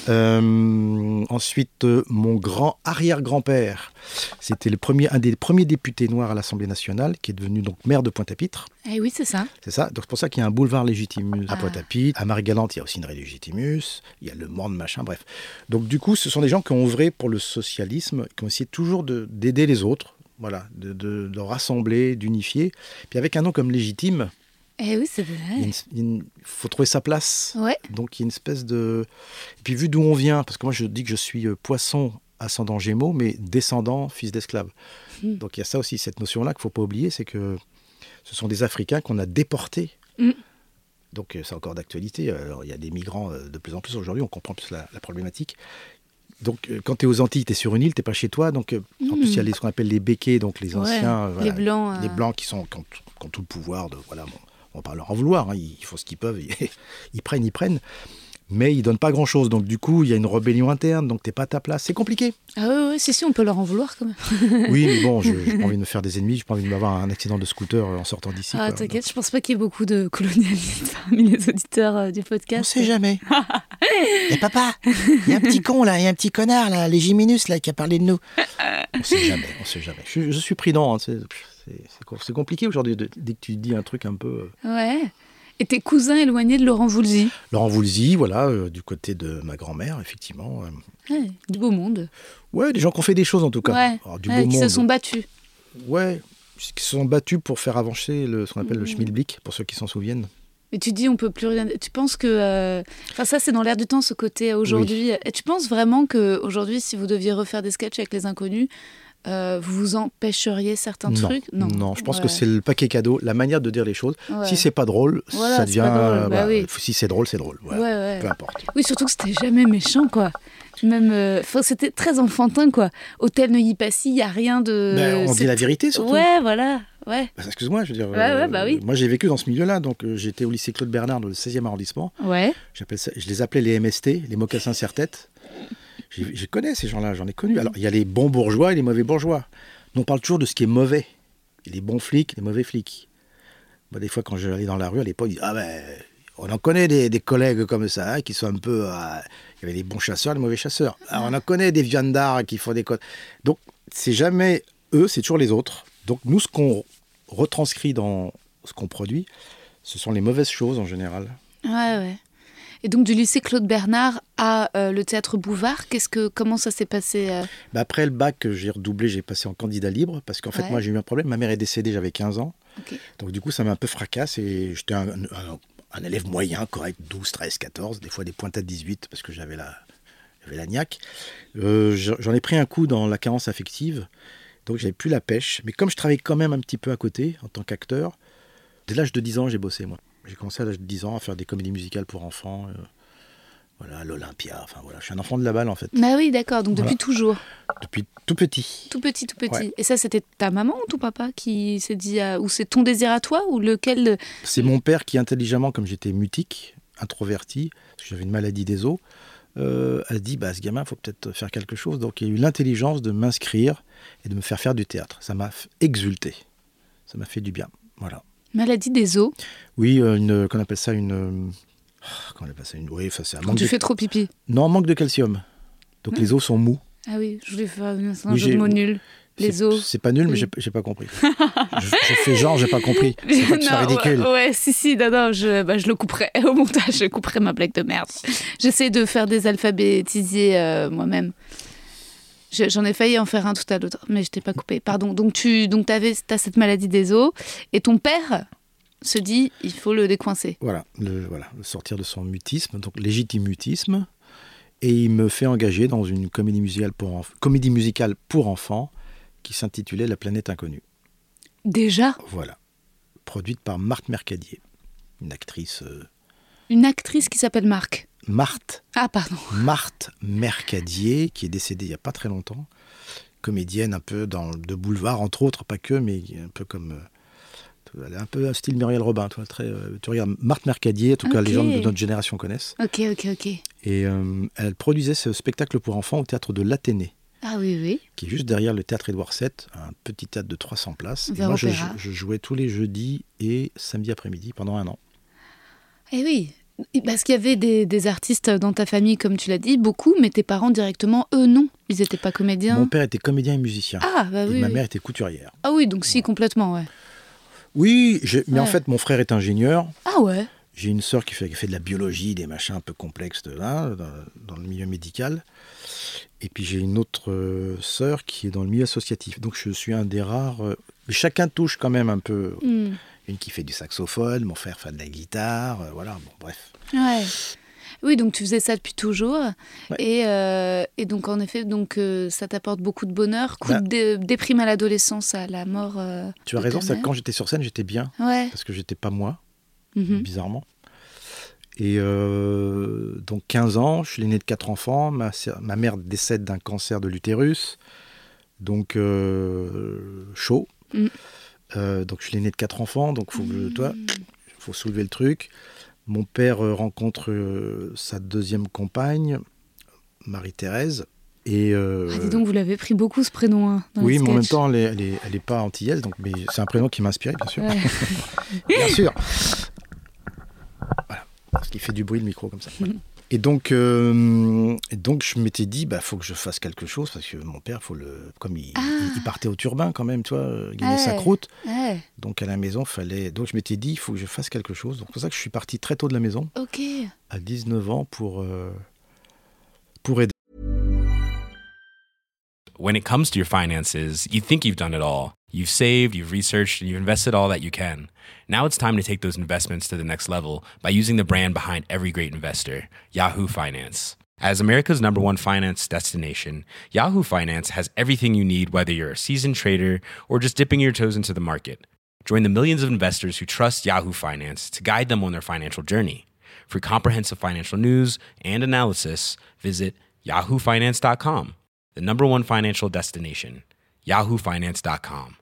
Euh, ensuite, euh, mon grand arrière-grand-père, c'était le premier, un des premiers députés noirs à l'Assemblée nationale, qui est devenu donc maire de Pointe-à-Pitre. Eh oui, c'est ça. C'est ça. Donc c'est pour ça qu'il y a un boulevard Légitimus à ah. Pointe-à-Pitre. À Marie-Galante, il y a aussi une rue Légitimus. Il y a le Monde, machin, bref. Donc du coup, ce sont des gens qui ont œuvré pour le socialisme, qui ont essayé toujours de, d'aider les autres, voilà, de, de, de rassembler, d'unifier. Puis avec un nom comme Légitime, eh oui, c'est vrai. Il faut trouver sa place. Ouais. Donc il y a une espèce de... Et puis vu d'où on vient, parce que moi je dis que je suis poisson ascendant Gémeaux, mais descendant fils d'esclaves. Mmh. Donc il y a ça aussi, cette notion-là qu'il ne faut pas oublier, c'est que ce sont des Africains qu'on a déportés. Mmh. Donc c'est encore d'actualité. Alors, il y a des migrants de plus en plus aujourd'hui, on comprend plus la, la problématique. Donc quand tu es aux Antilles, tu es sur une île, tu n'es pas chez toi. Donc mmh. en plus il y a les, ce qu'on appelle les béquets, donc les anciens... Ouais, voilà, les blancs. Les euh... blancs qui, sont, qui, ont, qui ont tout le pouvoir de... Voilà, bon, on va pas leur en vouloir, hein, ils font ce qu'ils peuvent, ils, ils prennent, ils prennent, mais ils donnent pas grand-chose. Donc du coup, il y a une rébellion interne, donc t'es pas à ta place. C'est compliqué. Ah oui, oui, c'est si, on peut leur en vouloir quand même. Oui, mais bon, je n'ai pas envie de me faire des ennemis, j'ai pas envie d'avoir un accident de scooter en sortant d'ici. Ah, quoi. t'inquiète, donc... je pense pas qu'il y ait beaucoup de colonialistes parmi les auditeurs euh, du podcast. On sait jamais. Et papa, il y a un petit con là, il y a un petit connard là, Légiminus là, qui a parlé de nous. On sait jamais, on sait jamais. Je, je suis prudent, hein, c'est... C'est, c'est compliqué aujourd'hui, de, dès que tu dis un truc un peu... Euh... Ouais. Et tes cousins éloignés de Laurent Voulzy ? Laurent Voulzy, voilà, euh, du côté de ma grand-mère, effectivement. Euh... Ouais, du beau monde. Ouais, des gens qui ont fait des choses en tout cas. Ouais, Alors, du ouais beau qui monde. se sont battus. Ouais, qui se sont battus pour faire avancer le, ce qu'on appelle mmh. le schmilblick, pour ceux qui s'en souviennent. Et tu dis on peut plus rien. Tu penses que, euh... enfin ça c'est dans l'air du temps ce côté aujourd'hui. Oui. Et tu penses vraiment que aujourd'hui, si vous deviez refaire des sketchs avec les inconnus, euh, vous vous empêcheriez certains non, trucs? Non, non, je pense ouais. que c'est le paquet cadeau, la manière de dire les choses. Ouais. Si c'est pas drôle, voilà, ça devient... Drôle. Bah, bah, oui. Si c'est drôle, c'est drôle. Voilà. Ouais, ouais. Peu importe. Oui, surtout que c'était jamais méchant, quoi. Même, euh, c'était très enfantin, quoi. Hôtel Neuilly-Passy, il n'y a rien de... Ben, on c'est... dit la vérité, surtout. Ouais, voilà. Ouais. Bah, excuse-moi, je veux dire... Ouais, ouais, bah oui. euh, moi, j'ai vécu dans ce milieu-là. Donc, euh, j'étais au lycée Claude Bernard, dans le seizième arrondissement. Ouais. J'appelle ça, je les appelais les M S T, les mocassins serre-tête. Je connais ces gens-là, j'en ai connu. Alors, il y a les bons bourgeois et les mauvais bourgeois. Nous, on parle toujours de ce qui est mauvais. Et les bons flics, les mauvais flics. Moi, des fois, quand j'allais dans la rue, à l'époque, ils disaient « Ah ben, on en connaît des, des collègues comme ça, hein, qui sont un peu... Euh, il y avait les bons chasseurs, les mauvais chasseurs. Alors, on en connaît des viandards qui font des... Donc, c'est jamais eux, c'est toujours les autres. Donc, nous, ce qu'on retranscrit dans ce qu'on produit, ce sont les mauvaises choses, en général. Ouais, ouais. Et donc du lycée Claude Bernard à euh, le théâtre Bouvard, qu'est-ce que, comment ça s'est passé euh... bah Après le bac, j'ai redoublé, j'ai passé en candidat libre, parce qu'en fait, ouais. moi, j'ai eu un problème. Ma mère est décédée, j'avais quinze ans. Okay. Donc du coup, ça m'a un peu fracassé. Et j'étais un, un, un élève moyen, correct, douze, treize, quatorze, des fois des pointes à dix-huit, parce que j'avais la, j'avais la niaque. Euh, j'en ai pris un coup dans la carence affective, donc j'avais plus la pêche. Mais comme je travaillais quand même un petit peu à côté, en tant qu'acteur, dès l'âge de dix ans, j'ai bossé, moi. J'ai commencé à l'âge de dix ans à faire des comédies musicales pour enfants, euh, voilà, à l'Olympia, enfin voilà, je suis un enfant de la balle en fait. Bah oui, d'accord, donc voilà. Depuis toujours. Depuis tout petit. Tout petit, tout petit. Ouais. Et ça, c'était ta maman ou ton papa qui s'est dit, euh, ou c'est ton désir à toi, ou lequel? C'est mon père qui, intelligemment, comme j'étais mutique, introverti, parce que j'avais une maladie des os, euh, a dit, bah, ce gamin, il faut peut-être faire quelque chose. Donc il y a eu l'intelligence de m'inscrire et de me faire faire du théâtre. Ça m'a exulté, ça m'a fait du bien, voilà. Maladie des os. Oui, une, qu'on appelle ça une... Comment on appelle ça une... Oui, enfin, c'est un Quand manque tu de... fais trop pipi. Non, manque de calcium. Donc mmh. les os sont mous. Ah oui, je voulais faire un, un oui, jeu de mots nul. Les os. C'est pas nul, oui. mais j'ai, j'ai pas compris. je, je fais genre, j'ai pas compris. C'est pas que c'est ridicule. Ouais, ouais, si, si, non, non, je, bah, je le couperai au montage, je couperai ma blague de merde. J'essaie de faire des alphabétisés euh, moi-même. Je, j'en ai failli en faire un tout à l'autre, mais je t'ai pas coupé. Pardon. Donc tu donc t'avais, t'as cette maladie des os, et ton père se dit, il faut le décoincer. Voilà, le, voilà, le sortir de son mutisme, donc légitime mutisme, et il me fait engager dans une comédie musicale pour, enf- comédie musicale pour enfants qui s'intitulait La planète inconnue. Déjà ? Voilà, produite par Marthe Mercadier, une actrice... Euh... Une actrice qui s'appelle Marc. Marthe. Ah, pardon. Marthe Mercadier, qui est décédée il n'y a pas très longtemps, comédienne un peu dans, de boulevard, entre autres, pas que, mais un peu comme... Euh, elle est un peu un style Muriel Robin, toi, très, euh, tu regardes Marthe Mercadier, en tout cas okay. les gens de notre génération connaissent. Ok, ok, ok. Et euh, elle produisait ce spectacle pour enfants au théâtre de l'Athénée. Ah oui, oui. Qui est juste derrière le théâtre Édouard sept, un petit théâtre de trois cents places. Vers et moi, je, je jouais tous les jeudis et samedi après-midi pendant un an. Eh oui, parce qu'il y avait des, des artistes dans ta famille, comme tu l'as dit, beaucoup, mais tes parents directement, eux, non. Ils n'étaient pas comédiens. Mon père était comédien et musicien. Ah, bah oui. Et ma oui. mère était couturière. Ah oui, donc si, complètement, ouais. Oui, j'ai, mais ouais. en fait, mon frère est ingénieur. Ah ouais. J'ai une sœur qui fait, qui fait de la biologie, des machins un peu complexes de là, dans, dans le milieu médical. Et puis j'ai une autre euh, sœur qui est dans le milieu associatif. Donc je suis un des rares... Euh, chacun touche quand même un peu. Mm. Une qui fait du saxophone, mon frère fait de la guitare, euh, voilà, bon, bref. Ouais. Oui, donc tu faisais ça depuis toujours. Ouais. Et, euh, et donc, en effet, donc, euh, ça t'apporte beaucoup de bonheur. Coup bah, de dé- déprime à l'adolescence, à la mort. Euh, tu as raison, ça, quand j'étais sur scène, j'étais bien. Ouais. Parce que j'étais pas moi, mm-hmm. bizarrement. Et euh, donc, quinze ans, je suis l'aîné de quatre enfants. Ma, ma mère décède d'un cancer de l'utérus. Donc, euh, chaud. Mm. Euh, donc, je suis l'aîné de quatre enfants. Donc, faut que, mm. toi, faut soulever le truc. Mon père euh, rencontre euh, sa deuxième compagne, Marie-Thérèse. Et, euh, ah, dis donc, vous l'avez pris beaucoup ce prénom. Hein, dans oui, le mais en même sketch. temps, elle n'est elle est, elle est pas antillaise, donc, mais c'est un prénom qui m'a inspiré, bien sûr. Ouais. Bien sûr. Voilà, parce qu'il fait du bruit le micro comme ça. Voilà. Et donc, euh, et donc, je m'étais dit, bah, faut que je fasse quelque chose, parce que mon père, faut le, comme il, ah. il, il partait au turbin quand même, tu vois, gagner ouais. sa croûte. Ouais. Donc à la maison, fallait. Donc je m'étais dit, il faut que je fasse quelque chose. Donc c'est pour ça que je suis parti très tôt de la maison. Ok. À dix-neuf ans pour euh, pour aider. When it comes to your finances, you think you've done it all. You've saved, you've researched, and you've invested all that you can. Now it's time to take those investments to the next level by using the brand behind every great investor, Yahoo Finance. As America's number one finance destination, Yahoo Finance has everything you need, whether you're a seasoned trader or just dipping your toes into the market. Join the millions of investors who trust Yahoo Finance to guide them on their financial journey. For comprehensive financial news and analysis, visit yahoo finance dot com, the number one financial destination, yahoo finance dot com.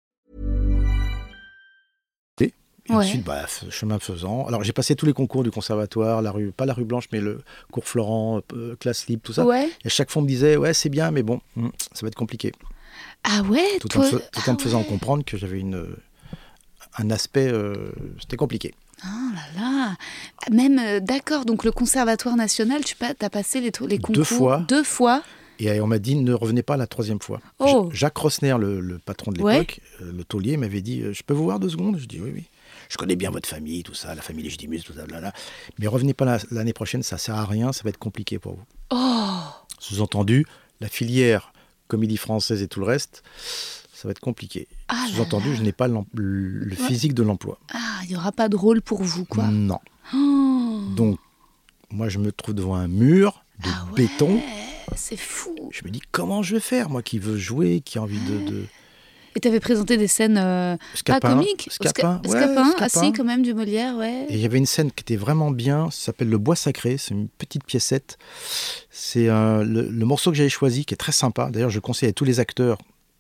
Et ouais. Ensuite, bah, chemin faisant. Alors, j'ai passé tous les concours du conservatoire, la rue, pas la rue Blanche, mais le cours Florent, euh, classe libre, tout ça. Ouais. Et à chaque fois, on me disait, ouais, c'est bien, mais bon, hmm, ça va être compliqué. Ah ouais, tout toi... en, me, tout ah en me faisant ouais. comprendre que j'avais une, un aspect, euh, c'était compliqué. Oh là là. Même, euh, d'accord, donc le conservatoire national, tu as passé les, les concours deux fois. Deux fois. Et on m'a dit, ne revenez pas la troisième fois. Oh. Jacques Rosner, le, le patron de l'époque, ouais. le taulier, m'avait dit, je peux vous voir deux secondes ? Je dis, oui, oui. Je connais bien votre famille, tout ça, la famille Légitimus, tout ça, blabla. Mais revenez pas la, l'année prochaine, ça sert à rien, ça va être compliqué pour vous. Oh. Sous-entendu, la filière comédie française et tout le reste, ça va être compliqué. Ah Sous-entendu, là là. je n'ai pas le ouais. physique de l'emploi. Ah, il n'y aura pas de rôle pour vous, quoi. Non. Oh. Donc, moi, je me trouve devant un mur de ah ouais, béton. C'est fou. Je me dis, comment je vais faire, moi qui veux jouer, qui a envie de... de... Et tu avais présenté des scènes euh, Scapin, pas comiques Scapin, Sca- ouais, Scapin, Scapin. Ah si, quand même, du Molière, ouais. Et il y avait une scène qui était vraiment bien, ça s'appelle Le Bois Sacré, c'est une petite piécette. C'est euh, le, le morceau que j'avais choisi, qui est très sympa. D'ailleurs, je conseille à tous les acteurs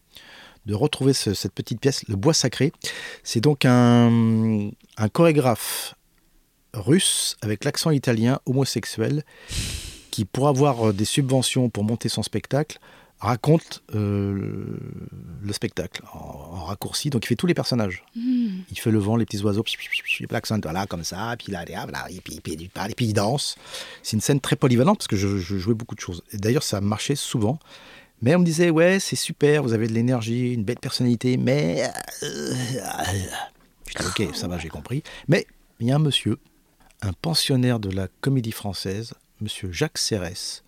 de retrouver ce, cette petite pièce, Le Bois Sacré. C'est donc un, un chorégraphe russe avec l'accent italien, homosexuel, qui, pour avoir des subventions pour monter son spectacle, raconte euh, le spectacle en, en raccourci. Donc, il fait tous les personnages. Mm. Il fait le vent, les petits oiseaux, l'accent, voilà, comme ça, puis là, voilà, et puis, puis, puis, puis, puis il danse. C'est une scène très polyvalente parce que je, je jouais beaucoup de choses. Et d'ailleurs, ça marchait souvent. Mais on me disait, ouais, c'est super, vous avez de l'énergie, une belle personnalité, mais... Euh, je dis, ok, ça va, j'ai compris. Mais il y a un monsieur, un pensionnaire de la Comédie Française, monsieur Jacques Serres,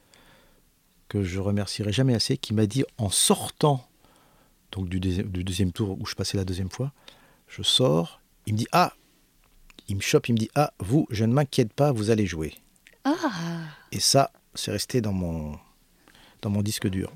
que je remercierai jamais assez, qui m'a dit en sortant donc du, deuxi- du deuxième tour où je passais la deuxième fois, je sors, il me dit ah, il me chope, il me dit ah, vous, je ne m'inquiète pas, vous allez jouer. Ah. Et ça, c'est resté dans mon dans mon disque dur.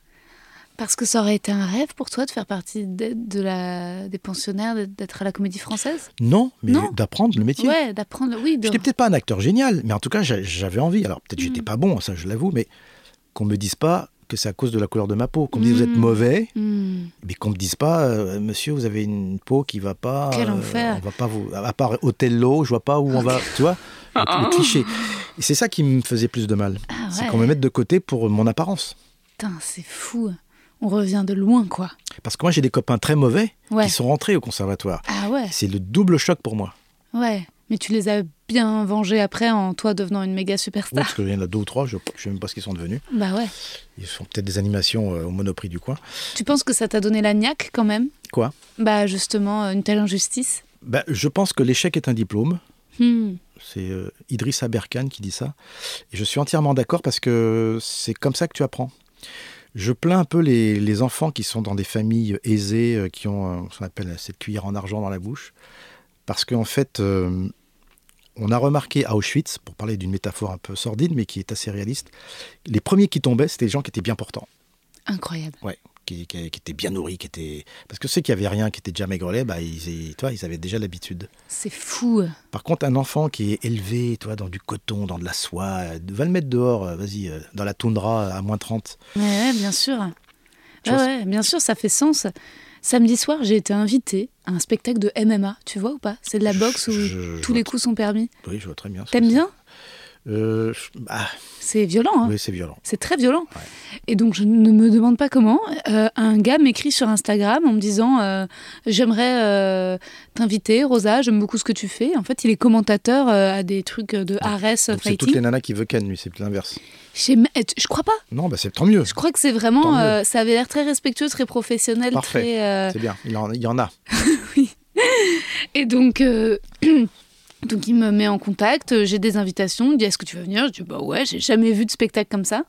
Parce que ça aurait été un rêve pour toi de faire partie de, de la, des pensionnaires, d'être à la Comédie Française ? Non, mais non. d'apprendre le métier. Ouais, d'apprendre, oui. De... J'étais peut-être pas un acteur génial, mais en tout cas, j'avais envie. Alors peut-être que mmh. j'étais pas bon, ça je l'avoue, mais qu'on me dise pas que c'est à cause de la couleur de ma peau, qu'on me dise mmh. vous êtes mauvais, mmh. mais qu'on me dise pas euh, monsieur vous avez une peau qui va pas. Quel euh, enfer. On va pas vous, à part Othello, je vois pas où on va, tu vois, le, le cliché. Et c'est ça qui me faisait plus de mal, ah ouais. c'est qu'on me mette de côté pour mon apparence. Putain, c'est fou. On revient de loin, quoi. Parce que moi j'ai des copains très mauvais ouais. qui sont rentrés au conservatoire. Ah ouais. C'est le double choc pour moi. Ouais. Mais tu les as bien vengés après en toi devenant une méga superstar. Oui, parce qu'il y en a deux ou trois, je ne sais même pas ce qu'ils sont devenus. Bah ouais. Ils font peut-être des animations euh, au Monoprix du coin. Tu penses que ça t'a donné la niaque quand même ? Quoi ? Bah justement, une telle injustice. Bah, je pense que l'échec est un diplôme. Hmm. C'est euh, Idriss Aberkan qui dit ça. Et je suis entièrement d'accord parce que c'est comme ça que tu apprends. Je plains un peu les, les enfants qui sont dans des familles aisées, euh, qui ont euh, ce qu'on appelle cette cuillère en argent dans la bouche. Parce qu'en fait... Euh, on a remarqué à Auschwitz, pour parler d'une métaphore un peu sordide, mais qui est assez réaliste, les premiers qui tombaient, c'était les gens qui étaient bien portants. Incroyable. Ouais, qui, qui, qui étaient bien nourris, qui étaient... Parce que ceux qui n'avaient rien, qui étaient déjà maigrelets, bah, ils, toi, ils avaient déjà l'habitude. C'est fou. Par contre, un enfant qui est élevé, toi, dans du coton, dans de la soie, va le mettre dehors, vas-y, dans la toundra à moins trente. Ouais, ouais bien sûr. Ouais, ouais, bien sûr, ça fait sens. Samedi soir, j'ai été invitée à un spectacle de M M A, tu vois ou pas ? C'est de la boxe où je, je tous les coups sont permis. Oui, je vois très bien. T'aimes bien ? euh, bah... C'est violent, hein ? Oui, c'est violent. C'est très violent. Ouais. Et donc, je ne me demande pas comment. Euh, un gars m'écrit sur Instagram en me disant euh, « J'aimerais euh, t'inviter, Rosa, j'aime beaucoup ce que tu fais. » En fait, il est commentateur euh, à des trucs de Ares Fighting. C'est toutes les nanas qui veulent Ken, lui, c'est l'inverse. Je, je crois pas. Non, bah c'est tant mieux. Je crois que c'est vraiment... Euh, ça avait l'air très respectueux, très professionnel. Parfait, très, euh... c'est bien. Il, en, il y en a. Oui. Et donc... Euh... Donc il me met en contact, j'ai des invitations, il me dit est-ce que tu veux venir ? Je dis bah ouais, j'ai jamais vu de spectacle comme ça.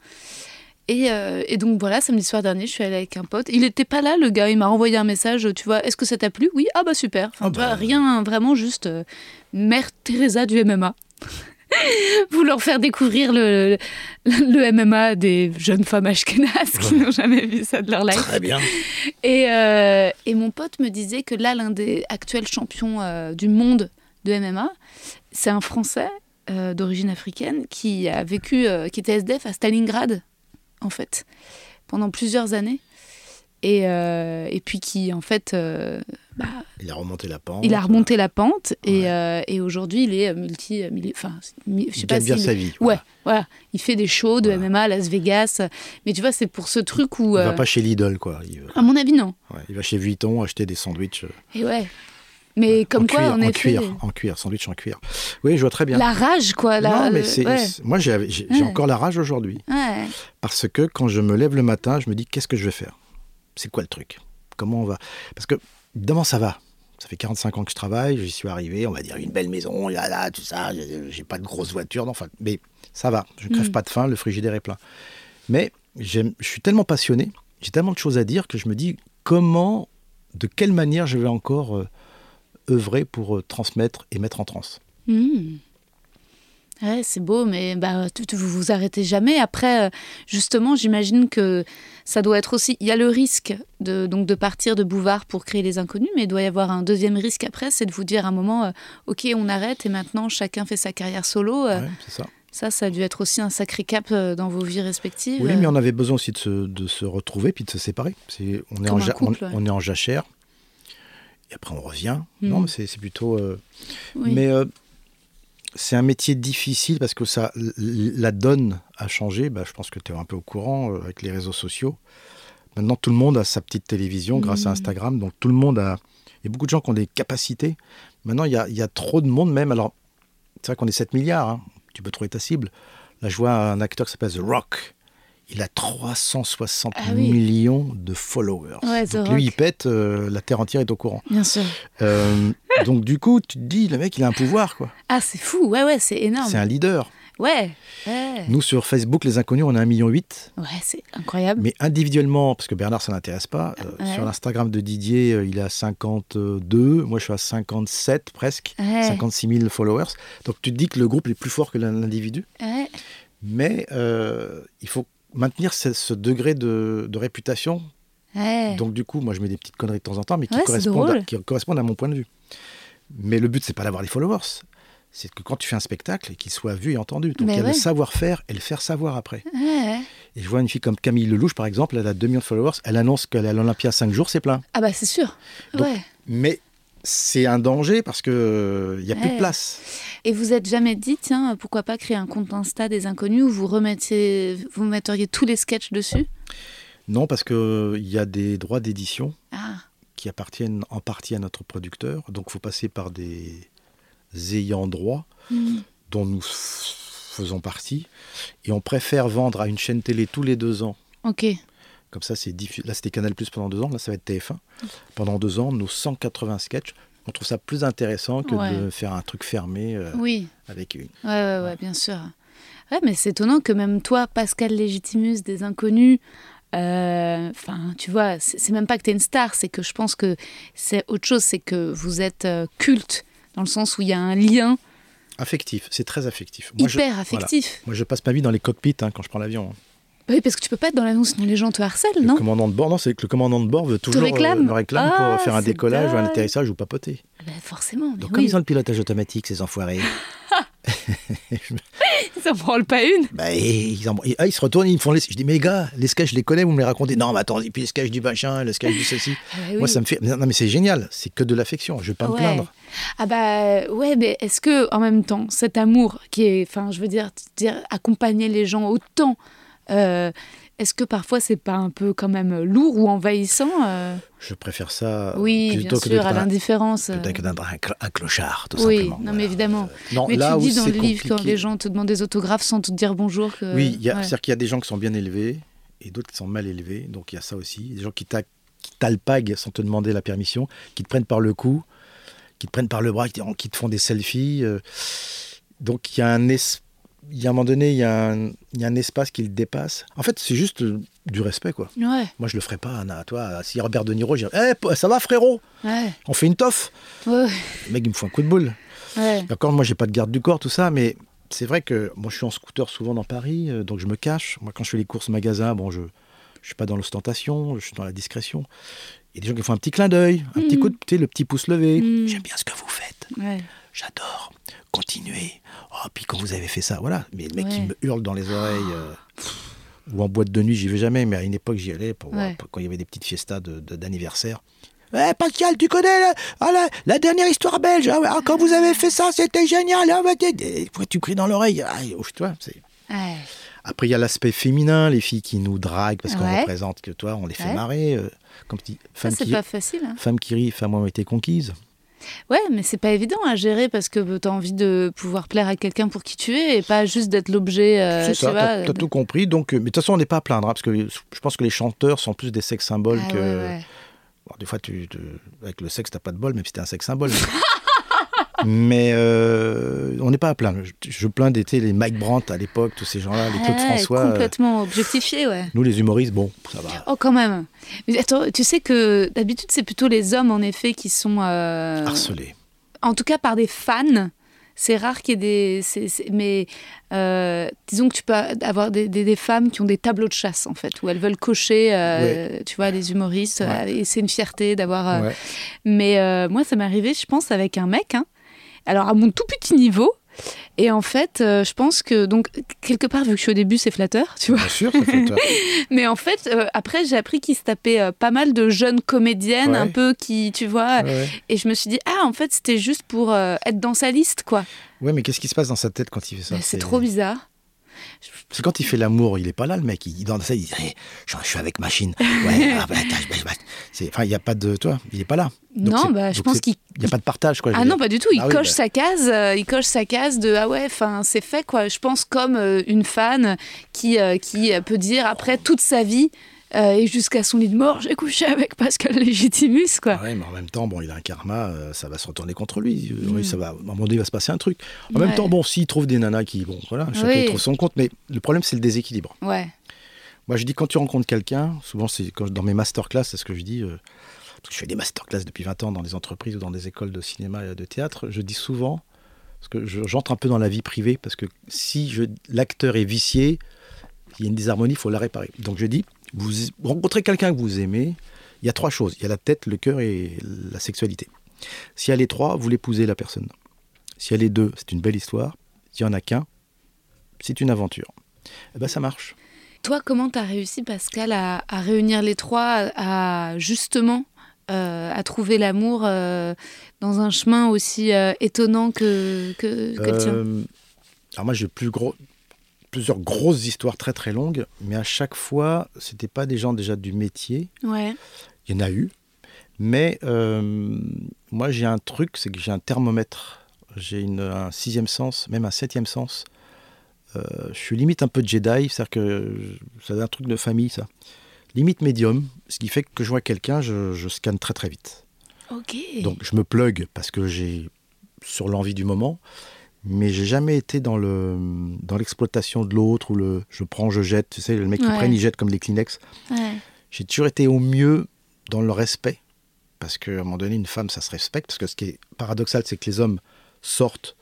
Et, euh, et donc voilà, samedi soir dernier, je suis allée avec un pote. Il était pas là, le gars, il m'a renvoyé un message, tu vois, est-ce que ça t'a plu ? Oui, ah bah super. Enfin, oh tu vois, bah... rien, vraiment juste euh, Mère Teresa du M M A. Vouloir faire découvrir le, le M M A des jeunes femmes ashkénazes qui n'ont jamais vu ça de leur life. Très bien. Et, euh, et mon pote me disait que là, l'un des actuels champions euh, du monde de M M A, c'est un Français euh, d'origine africaine qui a vécu, euh, qui était S D F à Stalingrad, en fait, pendant plusieurs années. Et, euh, et puis qui, en fait... Euh, bah, il a remonté la pente. Il a remonté la pente. Et, ouais. euh, et aujourd'hui, il est multi... Enfin, je sais il pas gagne bien si sa vie. Ouais, voilà. Il fait des shows de voilà. M M A à Las Vegas. Mais tu vois, c'est pour ce truc où... Il euh, va pas chez Lidl, quoi. Il, à mon avis, non. ouais, il va chez Vuitton acheter des sandwichs. Et ouais. Mais ouais. comme en quoi, cuir, on en est cuir, fait... en cuir, sandwich en cuir. Oui, je vois très bien. La rage, quoi. La... Non, mais c'est, ouais. c'est... moi, j'ai, j'ai, ouais. j'ai encore la rage aujourd'hui. Ouais. Parce que quand je me lève le matin, je me dis, qu'est-ce que je vais faire ? C'est quoi le truc ? Comment on va ? Parce que, évidemment, ça va. Ça fait quarante-cinq ans que je travaille, j'y suis arrivé, on va dire une belle maison, là, là, tout ça, j'ai, j'ai pas de grosse voiture, non, enfin, mais ça va, je ne crève mmh. pas de faim, le frigidaire est plein. Mais j'aime, je suis tellement passionné, j'ai tellement de choses à dire que je me dis comment, de quelle manière je vais encore euh, œuvrer pour euh, transmettre et mettre en transe. Mmh. Ouais, c'est beau, mais bah, vous vous arrêtez jamais. Après, justement, j'imagine que ça doit être aussi... Il y a le risque de, donc, de partir de Bouvard pour créer Les Inconnus, mais il doit y avoir un deuxième risque après, c'est de vous dire à un moment, euh, OK, on arrête et maintenant chacun fait sa carrière solo. Euh, ouais, c'est ça. Ça, ça a dû être aussi un sacré cap euh, dans vos vies respectives. Oui, mais on avait besoin aussi de se, de se retrouver puis de se séparer. C'est, on, est en ja- couple, on, ouais. on est en jachère et après on revient. Mmh. Non, mais c'est, c'est plutôt... Euh... Oui. Mais... Euh, c'est un métier difficile parce que ça, la donne a changé. Bah, je pense que tu es un peu au courant euh, avec les réseaux sociaux. Maintenant, tout le monde a sa petite télévision mmh. grâce à Instagram. Donc, tout le monde a... Il y a beaucoup de gens qui ont des capacités. Maintenant, il y a, il y a trop de monde même. Alors, c'est vrai qu'on est sept milliards. Hein. Tu peux trouver ta cible. Là, je vois un acteur qui s'appelle The Rock. Il a trois cent soixante ah, oui. millions de followers. Ouais, donc, lui, il pète. Euh, la terre entière est au courant. Bien sûr. Euh, donc, du coup, tu te dis, le mec, il a un pouvoir, quoi. Ah, c'est fou. Ouais, ouais, c'est énorme. C'est un leader. Ouais. ouais. Nous, sur Facebook, Les Inconnus, on a un virgule huit million. Ouais, c'est incroyable. Mais individuellement, parce que Bernard, ça ne l'intéresse pas, euh, ouais. sur l'Instagram de Didier, euh, il est à cinquante-deux. Moi, je suis à cinquante-sept presque. Ouais. cinquante-six mille followers. Donc, tu te dis que le groupe est plus fort que l'individu. Ouais. Mais euh, il faut maintenir ce, ce degré de, de réputation. Ouais. Donc, du coup, moi, je mets des petites conneries de temps en temps, mais qui, ouais, correspondent, à, qui correspondent à mon point de vue. Mais le but, c'est pas d'avoir des followers. C'est que quand tu fais un spectacle, qu'il soit vu et entendu. Donc, mais il y a ouais. le savoir-faire et le faire savoir après. Ouais. Et je vois une fille comme Camille Lelouch, par exemple, elle a deux millions de followers. Elle annonce qu'elle est à l'Olympia cinq jours, c'est plein. Ah bah, c'est sûr. Donc, ouais. Mais c'est un danger parce qu'il n'y euh, a ouais. plus de place. Et vous n'êtes jamais dit, tiens, pourquoi pas créer un compte Insta des Inconnus où vous, remettiez, vous metteriez tous les sketchs dessus ? Non, parce qu'il euh, y a des droits d'édition ah. qui appartiennent en partie à notre producteur. Donc, il faut passer par des ayants droit mmh. dont nous f- faisons partie. Et on préfère vendre à une chaîne télé tous les deux ans. Ok. Comme ça, c'est diffus- là, c'était Canal plus pendant deux ans. Là, ça va être T F un. Pendant deux ans, nos cent quatre-vingts sketchs. On trouve ça plus intéressant que ouais. de faire un truc fermé euh, oui. avec une. Oui, ouais, ouais, ouais, bien sûr. Ouais, mais c'est étonnant que même toi, Pascal Légitimus des Inconnus, enfin, euh, tu vois, c'est, c'est même pas que tu es une star, c'est que je pense que c'est autre chose, c'est que vous êtes euh, culte, dans le sens où il y a un lien... Affectif, c'est très affectif. Moi, Hyper je, affectif. Voilà. Moi, je passe ma vie dans les cockpits hein, quand je prends l'avion. Oui, parce que tu peux pas être dans l'avion, sinon les gens te harcèlent, le non ? Le commandant de bord, non, c'est que le commandant de bord veut toujours réclame. Euh, me réclame ah, pour faire un décollage dingue. ou un atterrissage ou papoter. Ben forcément. Mais Donc oui. comme ils ont le pilotage automatique, ces enfoirés. Ils s'en branlent pas une. Bah, ils, en, ils, ah, ils se retournent, ils me font les... Je dis, mais les gars, les sketchs, je les connais, vous me les racontez. Non, mais attends, et puis les sketchs du machin, le sketch du ceci. Ah bah oui. Moi, ça me fait... Non, mais c'est génial, c'est que de l'affection, je vais pas ouais. me plaindre. Ah bah ouais, mais est-ce que en même temps, cet amour qui est, enfin, je veux dire, dire accompagner les gens autant, euh, est-ce que parfois c'est pas un peu quand même lourd ou envahissant euh... Je préfère ça oui, plutôt bien que sûr, d'être à un, l'indifférence. plutôt que d'être un, un clochard, tout oui, simplement. non voilà. mais évidemment. Euh, non, mais là tu où dis dans c'est le livre compliqué... quand les gens te demandent des autographes sans te dire bonjour que... Oui, y a, ouais. c'est-à-dire qu'il y a des gens qui sont bien élevés et d'autres qui sont mal élevés, donc il y a ça aussi. Des gens qui, t'a, qui t'alpaguent sans te demander la permission, qui te prennent par le cou, qui te prennent par le bras, qui te, qui te font des selfies. Euh, donc il y a un espace. Il y a un moment donné, il y a un, il y a un espace qui le dépasse. En fait, c'est juste euh, du respect, quoi. Ouais. Moi, je le ferais pas, Anna. Toi, si Robert De Niro, je dirais hey, ça va, frérot ouais. On fait une toffe. Ouais. Le mec, il me fout un coup de boule. Ouais. D'accord, moi, j'ai pas de garde du corps, tout ça, mais c'est vrai que moi je suis en scooter souvent dans Paris, euh, donc je me cache. Moi quand je fais les courses magasin, bon je ne suis pas dans l'ostentation, je suis dans la discrétion. Il y a des gens qui font un petit clin d'œil, un mmh. petit coup de, tu sais, le petit pouce levé. Mmh. J'aime bien ce que vous faites. Ouais. J'adore. Continuez. Oh, puis quand vous avez fait ça, voilà. Mais le mec ouais. qui me hurle dans les oreilles, euh, ou en boîte de nuit, j'y vais jamais, mais à une époque j'y allais pour, ouais. pour quand il y avait des petites fiestas de, de, d'anniversaire. Eh, Pascal, tu connais la, ah, la, la dernière histoire belge. Ah, ah, quand vous avez fait ça, c'était génial. Ah, bah, pourquoi tu cries dans l'oreille? Ah, oh, toi, c'est... Ouais. Après, il y a l'aspect féminin, les filles qui nous draguent parce qu'on ouais. représente que toi, on les fait ouais. marrer. Euh, comme tu dis, femme ça, c'est qui, pas facile. Hein. Femme qui rit, femme ont été conquises. Ouais, mais c'est pas évident à gérer parce que tu as envie de pouvoir plaire à quelqu'un pour qui tu es et pas juste d'être l'objet. Euh, c'est ça, tu as de... tout compris. Donc, mais de toute façon, on n'est pas à plaindre hein, parce que je pense que les chanteurs sont plus des sex symboles ah, que. Ouais, ouais. Bon, des fois, tu, tu... avec le sexe, t'as pas de bol, même si t'es un sex symbole. Mais euh, on n'est pas à plaindre. Je, je plains d'été les Mike Brandt à l'époque, tous ces gens-là, les Claude ouais, François. Complètement euh, objectifiés, ouais. Nous, les humoristes, bon, ça va. Oh, quand même. Mais attends, tu sais que d'habitude, c'est plutôt les hommes, en effet, qui sont... Euh, harcelés. En tout cas, par des fans. C'est rare qu'il y ait des... C'est, c'est, mais euh, disons que tu peux avoir des, des, des femmes qui ont des tableaux de chasse, en fait, où elles veulent cocher, euh, ouais. tu vois, les humoristes. Ouais. Euh, et c'est une fierté d'avoir... Euh, ouais. Mais euh, moi, ça m'est arrivé, je pense, avec un mec, hein. Alors, à mon tout petit niveau. Et en fait, euh, je pense que, donc, quelque part, vu que je suis au début, c'est flatteur, tu vois. Bien sûr, c'est flatteur. Mais en fait, euh, après, j'ai appris qu'il se tapait euh, pas mal de jeunes comédiennes, ouais. un peu qui, tu vois. Ouais. Et je me suis dit, ah, en fait, c'était juste pour euh, être dans sa liste, quoi. Ouais, mais qu'est-ce qui se passe dans sa tête quand il fait ça? C'est, c'est trop bizarre. C'est quand il fait l'amour, il est pas là, le mec. Il dans ça, il dit hey, je, je suis avec machine. Ouais, ah, bah, c'est, enfin, il y a pas de, toi, il est pas là. Donc non, bah, je pense qu'il il y a pas de partage, quoi. Ah non, pas du tout. Il ah, coche oui, bah... sa case. Euh, il coche sa case de ah ouais, enfin, c'est fait, quoi. Je pense comme euh, une fan qui euh, qui peut dire après toute sa vie. Euh, et jusqu'à son lit de mort, j'ai couché avec Pascal Légitimus, quoi. Ah ouais, mais en même temps, bon, il a un karma, euh, ça va se retourner contre lui. Mm. Oui, ça va, à un moment donné, il va se passer un truc. En ouais. même temps, bon, s'il trouve des nanas qui, bon, voilà, chacun oui. trouve son compte, mais le problème, c'est le déséquilibre. Ouais. Moi, je dis, quand tu rencontres quelqu'un, souvent, c'est quand, dans mes masterclass, c'est ce que je dis, euh, parce que je fais des masterclass depuis vingt ans dans des entreprises ou dans des écoles de cinéma et de théâtre, je dis souvent, parce que je, j'entre un peu dans la vie privée, parce que si je, l'acteur est vicié, il y a une désharmonie, il faut la réparer. Donc, je dis, vous rencontrez quelqu'un que vous aimez, il y a trois choses. Il y a la tête, le cœur et la sexualité. S'il y a les trois, vous l'épousez la personne. S'il y a les deux, c'est une belle histoire. S'il n'y en a qu'un, c'est une aventure. Eh ben, ça marche. Toi, comment tu as réussi, Pascal, à, à réunir les trois, à justement euh, à trouver l'amour euh, dans un chemin aussi euh, étonnant que, que, que le tien euh, Alors moi, j'ai plus gros... plusieurs grosses histoires très très longues, mais à chaque fois, c'était pas des gens déjà du métier. Ouais. Il y en a eu, mais euh, moi j'ai un truc, c'est que j'ai un thermomètre, j'ai une, un sixième sens, même un septième sens. Euh, je suis limite un peu Jedi, c'est-à-dire que c'est un truc de famille, ça. Limite médium, ce qui fait que quand je vois quelqu'un, je, je scanne très très vite. Ok. Donc je me plug parce que j'ai sur l'envie du moment. Mais j'ai jamais été dans, le, dans l'exploitation de l'autre, ou le je prends, je jette. Tu sais, le mec qui ouais. prenne, il jette comme les Kleenex. Ouais. J'ai toujours été au mieux dans le respect. Parce qu'à un moment donné, une femme, ça se respecte. Parce que ce qui est paradoxal, c'est que les hommes sortent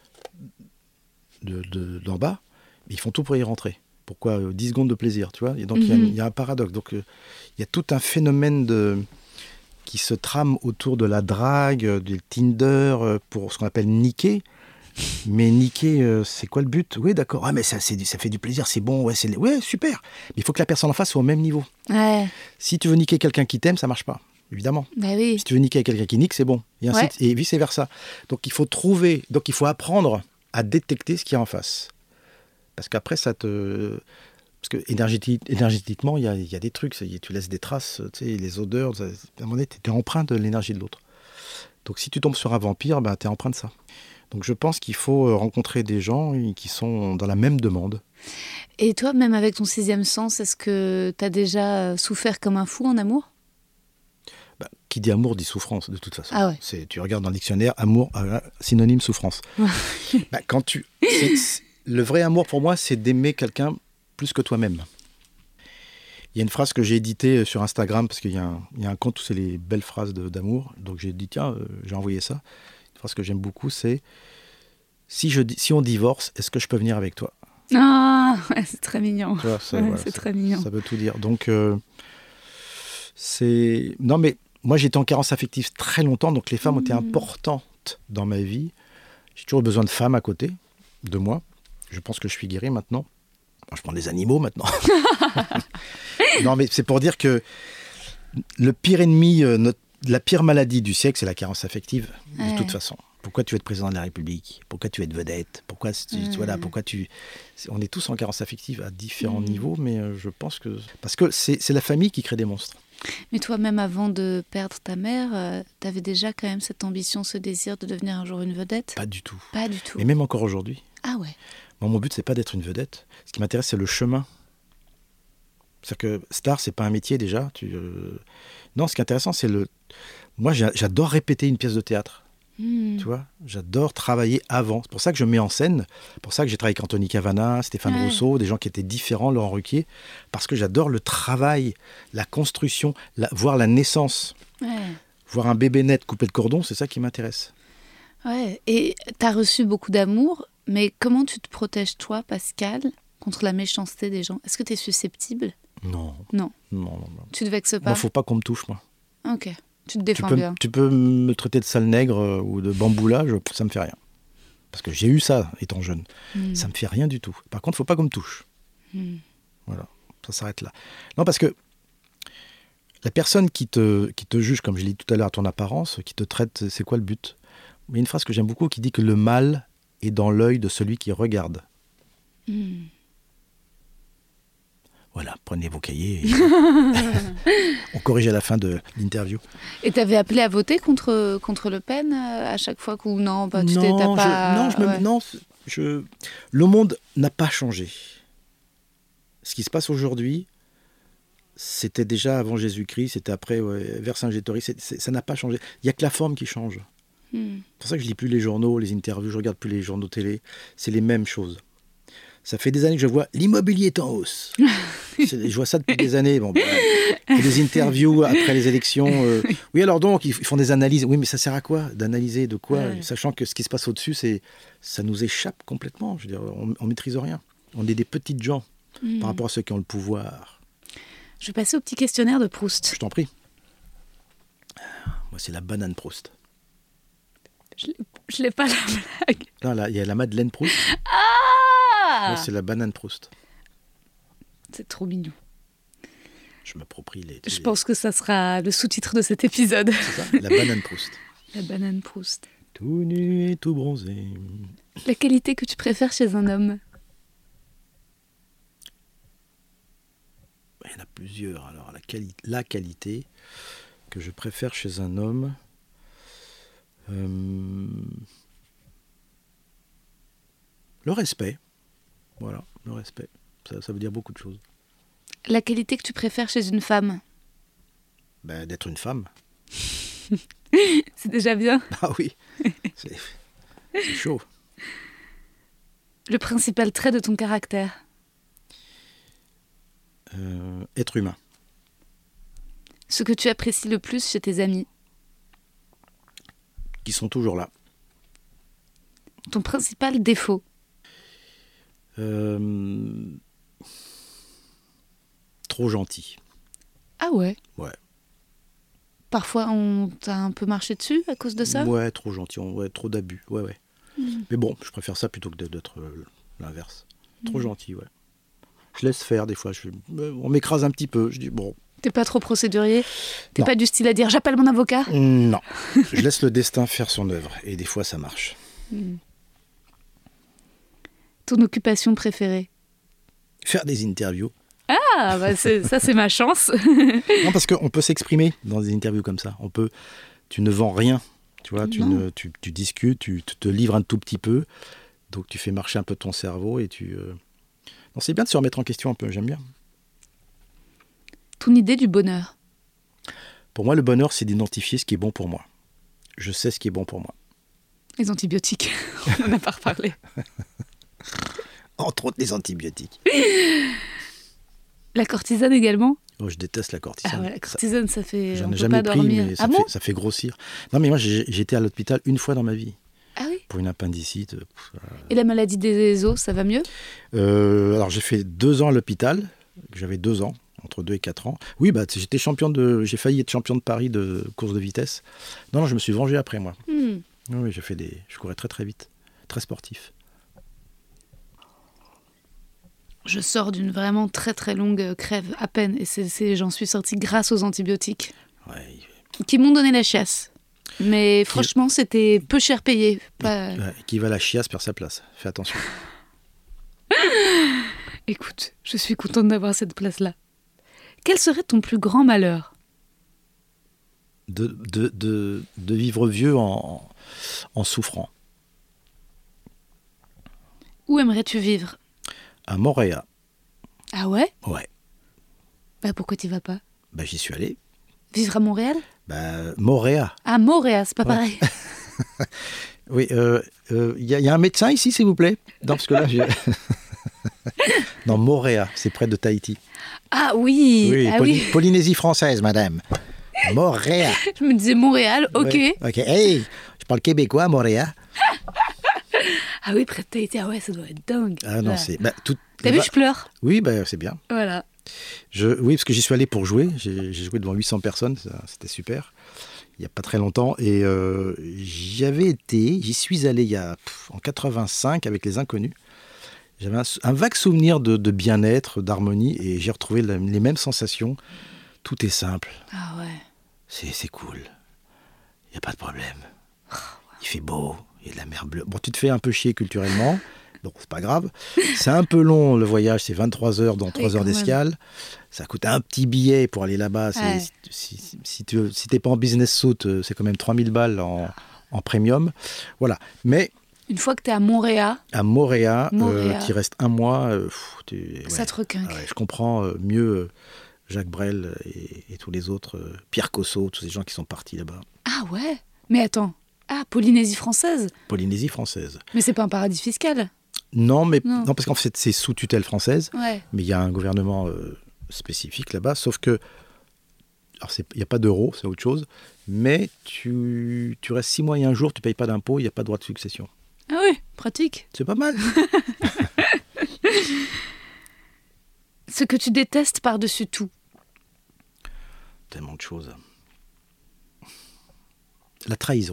de, de, d'en bas, mais ils font tout pour y rentrer. Pourquoi euh, dix secondes de plaisir, tu vois. Et donc, il mm-hmm. y, y a un paradoxe. Donc, il euh, y a tout un phénomène de, qui se trame autour de la drague, euh, du Tinder, euh, pour ce qu'on appelle niquer. Mais niquer, euh, c'est quoi le but? Oui, d'accord. Ah, mais ça, c'est, ça fait du plaisir, c'est bon. Ouais, c'est, ouais, super. Mais il faut que la personne en face soit au même niveau. Ouais. Si tu veux niquer quelqu'un qui t'aime, ça marche pas, évidemment. Bah oui. Si tu veux niquer quelqu'un qui nique, c'est bon. Et, ainsi, ouais. et vice-versa. Donc, il faut trouver, donc il faut apprendre à détecter ce qu'il y a en face. Parce qu'après, ça te... Parce que énergétique, énergétiquement, il y a, y a des trucs. Tu laisses des traces, tu sais, les odeurs. Ça, à un moment donné, tu es empreint de l'énergie de l'autre. Donc, si tu tombes sur un vampire, ben, tu es empreint de ça. Donc je pense qu'il faut rencontrer des gens qui sont dans la même demande. Et toi, même avec ton sixième sens, est-ce que tu as déjà souffert comme un fou en amour? Bah, qui dit amour dit souffrance, de toute façon. Ah ouais. C'est, tu regardes dans le dictionnaire, amour, euh, synonyme souffrance. bah, quand tu, c'est, c'est, le vrai amour pour moi, c'est d'aimer quelqu'un plus que toi-même. Il y a une phrase que j'ai éditée sur Instagram, parce qu'il y a un, il y a un compte où c'est les belles phrases de, d'amour. Donc j'ai dit, tiens, euh, j'ai envoyé ça. Une phrase que j'aime beaucoup, c'est si, je, si on divorce, est-ce que je peux venir avec toi ? Ah, ouais, c'est très mignon. Tu vois, ça, ouais, voilà, c'est ça, très mignon. Ça veut tout dire. Donc, euh, c'est... Non, mais moi, j'étais en carence affective très longtemps, donc les femmes ont été importantes dans ma vie. J'ai toujours besoin de femmes à côté de moi. Je pense que je suis guéri maintenant. Enfin, je prends des animaux maintenant. Non, mais c'est pour dire que le pire ennemi, euh, notre, la pire maladie du siècle, c'est la carence affective, ouais. de toute façon. Pourquoi tu veux être président de la République ? Pourquoi tu veux être vedette ? Pourquoi tu, mmh. voilà, pourquoi tu... On est tous en carence affective à différents mmh. niveaux, mais euh, je pense que... Parce que c'est, c'est la famille qui crée des monstres. Mais toi, même avant de perdre ta mère, euh, tu avais déjà quand même cette ambition, ce désir de devenir un jour une vedette ? Pas du tout. Pas du tout. Et même encore aujourd'hui. Ah ouais. Moi, mon but, c'est pas d'être une vedette. Ce qui m'intéresse, c'est le chemin. C'est-à-dire que star, c'est pas un métier déjà. Tu, euh... Non, ce qui est intéressant, c'est le... Moi, j'adore répéter une pièce de théâtre. Mmh. Tu vois, j'adore travailler avant. C'est pour ça que je mets en scène. C'est pour ça que j'ai travaillé avec Anthony Cavana, Stéphane ouais. Rousseau, des gens qui étaient différents, Laurent Ruquier, parce que j'adore le travail, la construction, la... voir la naissance. Ouais. Voir un bébé naître coupé de cordon, c'est ça qui m'intéresse. Ouais. Et tu as reçu beaucoup d'amour, mais comment tu te protèges, toi, Pascal, contre la méchanceté des gens ? Est-ce que tu es susceptible ? Non. Non. Non, non, non. Tu te vexes pas ? Moi, faut pas qu'on me touche, moi. Ok. Tu te défends tu peux, bien. Tu peux me traiter de sale nègre euh, ou de bamboula, je, ça me fait rien. Parce que j'ai eu ça étant jeune. Mm. Ça me fait rien du tout. Par contre, faut pas qu'on me touche. Mm. Voilà, ça s'arrête là. Non, parce que la personne qui te, qui te juge, comme je l'ai dit tout à l'heure, à ton apparence, qui te traite, c'est quoi le but ? Il y a une phrase que j'aime beaucoup qui dit que le mal est dans l'œil de celui qui regarde. Mm. Voilà, prenez vos cahiers. Et... On corrige à la fin de l'interview. Et tu avais appelé à voter contre, contre Le Pen à chaque fois que... Non, bah, tu non, t'es pas... Je, non, je me, ouais. non je, le monde n'a pas changé. Ce qui se passe aujourd'hui, c'était déjà avant Jésus-Christ, c'était après ouais, Vercingétorix, c'est, c'est, ça n'a pas changé. Il n'y a que la forme qui change. Hmm. C'est pour ça que je ne lis plus les journaux, les interviews, je ne regarde plus les journaux télé. C'est les mêmes choses. Ça fait des années que je vois l'immobilier est en hausse. Je vois ça depuis des années. Bon, bah, des interviews après les élections. Euh, oui, alors donc, ils font des analyses. Oui, mais ça sert à quoi d'analyser de quoi ouais. Sachant que ce qui se passe au-dessus, c'est, ça nous échappe complètement. Je veux dire, on ne maîtrise rien. On est des petites gens mmh. par rapport à ceux qui ont le pouvoir. Je vais passer au petit questionnaire de Proust. Je t'en prie. Moi, c'est la banane Proust. Je ne l'ai pas, la blague. Non, là, il y a la Madeleine Proust. Ah Moi, c'est la banane Proust. C'est trop mignon. Je m'approprie les... Je pense que ça sera le sous-titre de cet épisode. C'est ça, la banane Proust. La banane Proust. Tout nu et tout bronzé. La qualité que tu préfères chez un homme ? Il y en a plusieurs. Alors, la, quali- la qualité que je préfère chez un homme... Euh... Le respect. Voilà, le respect. Ça, ça veut dire beaucoup de choses. La qualité que tu préfères chez une femme ? Ben, d'être une femme. C'est déjà bien. Ah oui, c'est, c'est chaud. Le principal trait de ton caractère ? euh, Être humain. Ce que tu apprécies le plus chez tes amis ? Qui sont toujours là. Ton principal défaut ? euh... Trop gentil. Ah ouais ? Ouais. Parfois, on t'a un peu marché dessus à cause de ça ? Ouais, trop gentil, ouais, trop d'abus, ouais, ouais. Mmh. Mais bon, je préfère ça plutôt que d'être euh, l'inverse. Trop mmh. gentil, ouais. Je laisse faire des fois, je, on m'écrase un petit peu, je dis bon... T'es pas trop procédurier ? T'es non. pas du style à dire « j'appelle mon avocat » ? Non, je laisse le destin faire son œuvre, et des fois ça marche. Mmh. Ton occupation préférée ? Faire des interviews. Ah, bah c'est, ça c'est ma chance. Non, parce qu'on peut s'exprimer dans des interviews comme ça. On peut, tu ne vends rien, tu vois, tu, ne, tu, tu discutes, tu, tu te livres un tout petit peu, donc tu fais marcher un peu ton cerveau et tu... Euh... Non, c'est bien de se remettre en question un peu, j'aime bien. Ton idée du bonheur ? Pour moi, le bonheur, c'est d'identifier ce qui est bon pour moi. Je sais ce qui est bon pour moi. Les antibiotiques, on n'en a pas reparlé. Entre autres, les antibiotiques. La cortisone également ? Oh, je déteste la cortisone. Ah ouais, la cortisone, ça, ça fait... J'en on ai peut jamais pas pris, dormir. mais ça, ah fait, bon ça fait grossir. Non, mais moi, j'ai, j'ai été à l'hôpital une fois dans ma vie. Ah oui ? pour une appendicite. Et la maladie des os, ça va mieux? euh, Alors j'ai fait deux ans à l'hôpital, j'avais deux ans, entre deux et quatre ans. Oui, bah, j'étais champion de, j'ai failli être champion de Paris de course de vitesse. Non, non, je me suis vengé après moi. Hmm. Oui, j'ai fait des, je courais très très vite, très sportif. Je sors d'une vraiment très très longue crève, à peine, et c'est, c'est, j'en suis sortie grâce aux antibiotiques. Ouais. Qui m'ont donné la chiasse. Mais qui... franchement, c'était peu cher payé. Pas... Ouais, qui va à la chiasse perd sa place. Fais attention. Écoute, je suis contente d'avoir cette place-là. Quel serait ton plus grand malheur? de, de, de, de vivre vieux en, en souffrant. Où aimerais-tu vivre? À Montréal. Ah ouais? Ouais. Bah pourquoi t'y vas pas? Bah j'y suis allé. Vivre à Montréal? Bah Montréal. Ah Montréal, c'est pas ouais. pareil. Oui, il euh, euh, y, y a un médecin ici, s'il vous plaît? Non, parce que là, j'ai... Non, Montréal, c'est près de Tahiti. Ah oui, oui, ah, Poly- oui. Polynésie française, madame. Montréal. Je me disais Montréal, ok. Ouais. Ok, hey, je parle québécois, Montréal. Ah oui, près de Tahiti, ah ouais, ça doit être dingue. Ah non, là. c'est... Bah, tout... T'as vu, bah... je pleure. Oui, bah, c'est bien. Voilà. Je... Oui, parce que j'y suis allé pour jouer. J'ai, j'ai joué devant huit cents personnes, ça, c'était super. Il n'y a pas très longtemps. Et euh, j'y avais été, j'y suis allé il y a, pff, en quatre-vingt-cinq avec les Inconnus. J'avais un, un vague souvenir de, de bien-être, d'harmonie, et j'ai retrouvé la, les mêmes sensations. Tout est simple. Ah ouais. C'est, c'est cool. Il n'y a pas de problème. Il fait beau, il y a de la mer bleue. Bon, tu te fais un peu chier culturellement. Bon, c'est pas grave. C'est un peu long le voyage, c'est vingt-trois heures dans trois heures d'escale. Même. Ça coûte un petit billet pour aller là-bas. C'est, ouais. Si, si, si tu n'es si pas en business suit, c'est quand même trois mille balles en, en premium. Voilà. Mais... Une fois que tu es à Montréal. À Montréal, Montréal. Euh, tu restes un mois. Euh, pff, tu, ça ouais. te requinque. Ah ouais, je comprends euh, mieux euh, Jacques Brel et, et tous les autres, euh, Pierre Cosso, tous ces gens qui sont partis là-bas. Ah ouais? Mais attends. Ah, Polynésie française? Polynésie française. Mais c'est pas un paradis fiscal? Non, mais, non. non parce qu'en fait, c'est sous tutelle française. Ouais. Mais il y a un gouvernement euh, spécifique là-bas. Sauf que. Alors, il n'y a pas d'euros, c'est autre chose. Mais tu, tu restes six mois et un jour, tu ne payes pas d'impôts, il n'y a pas de droit de succession. Ah oui, pratique. C'est pas mal. Ce que tu détestes par-dessus tout. Tellement de choses. La trahison.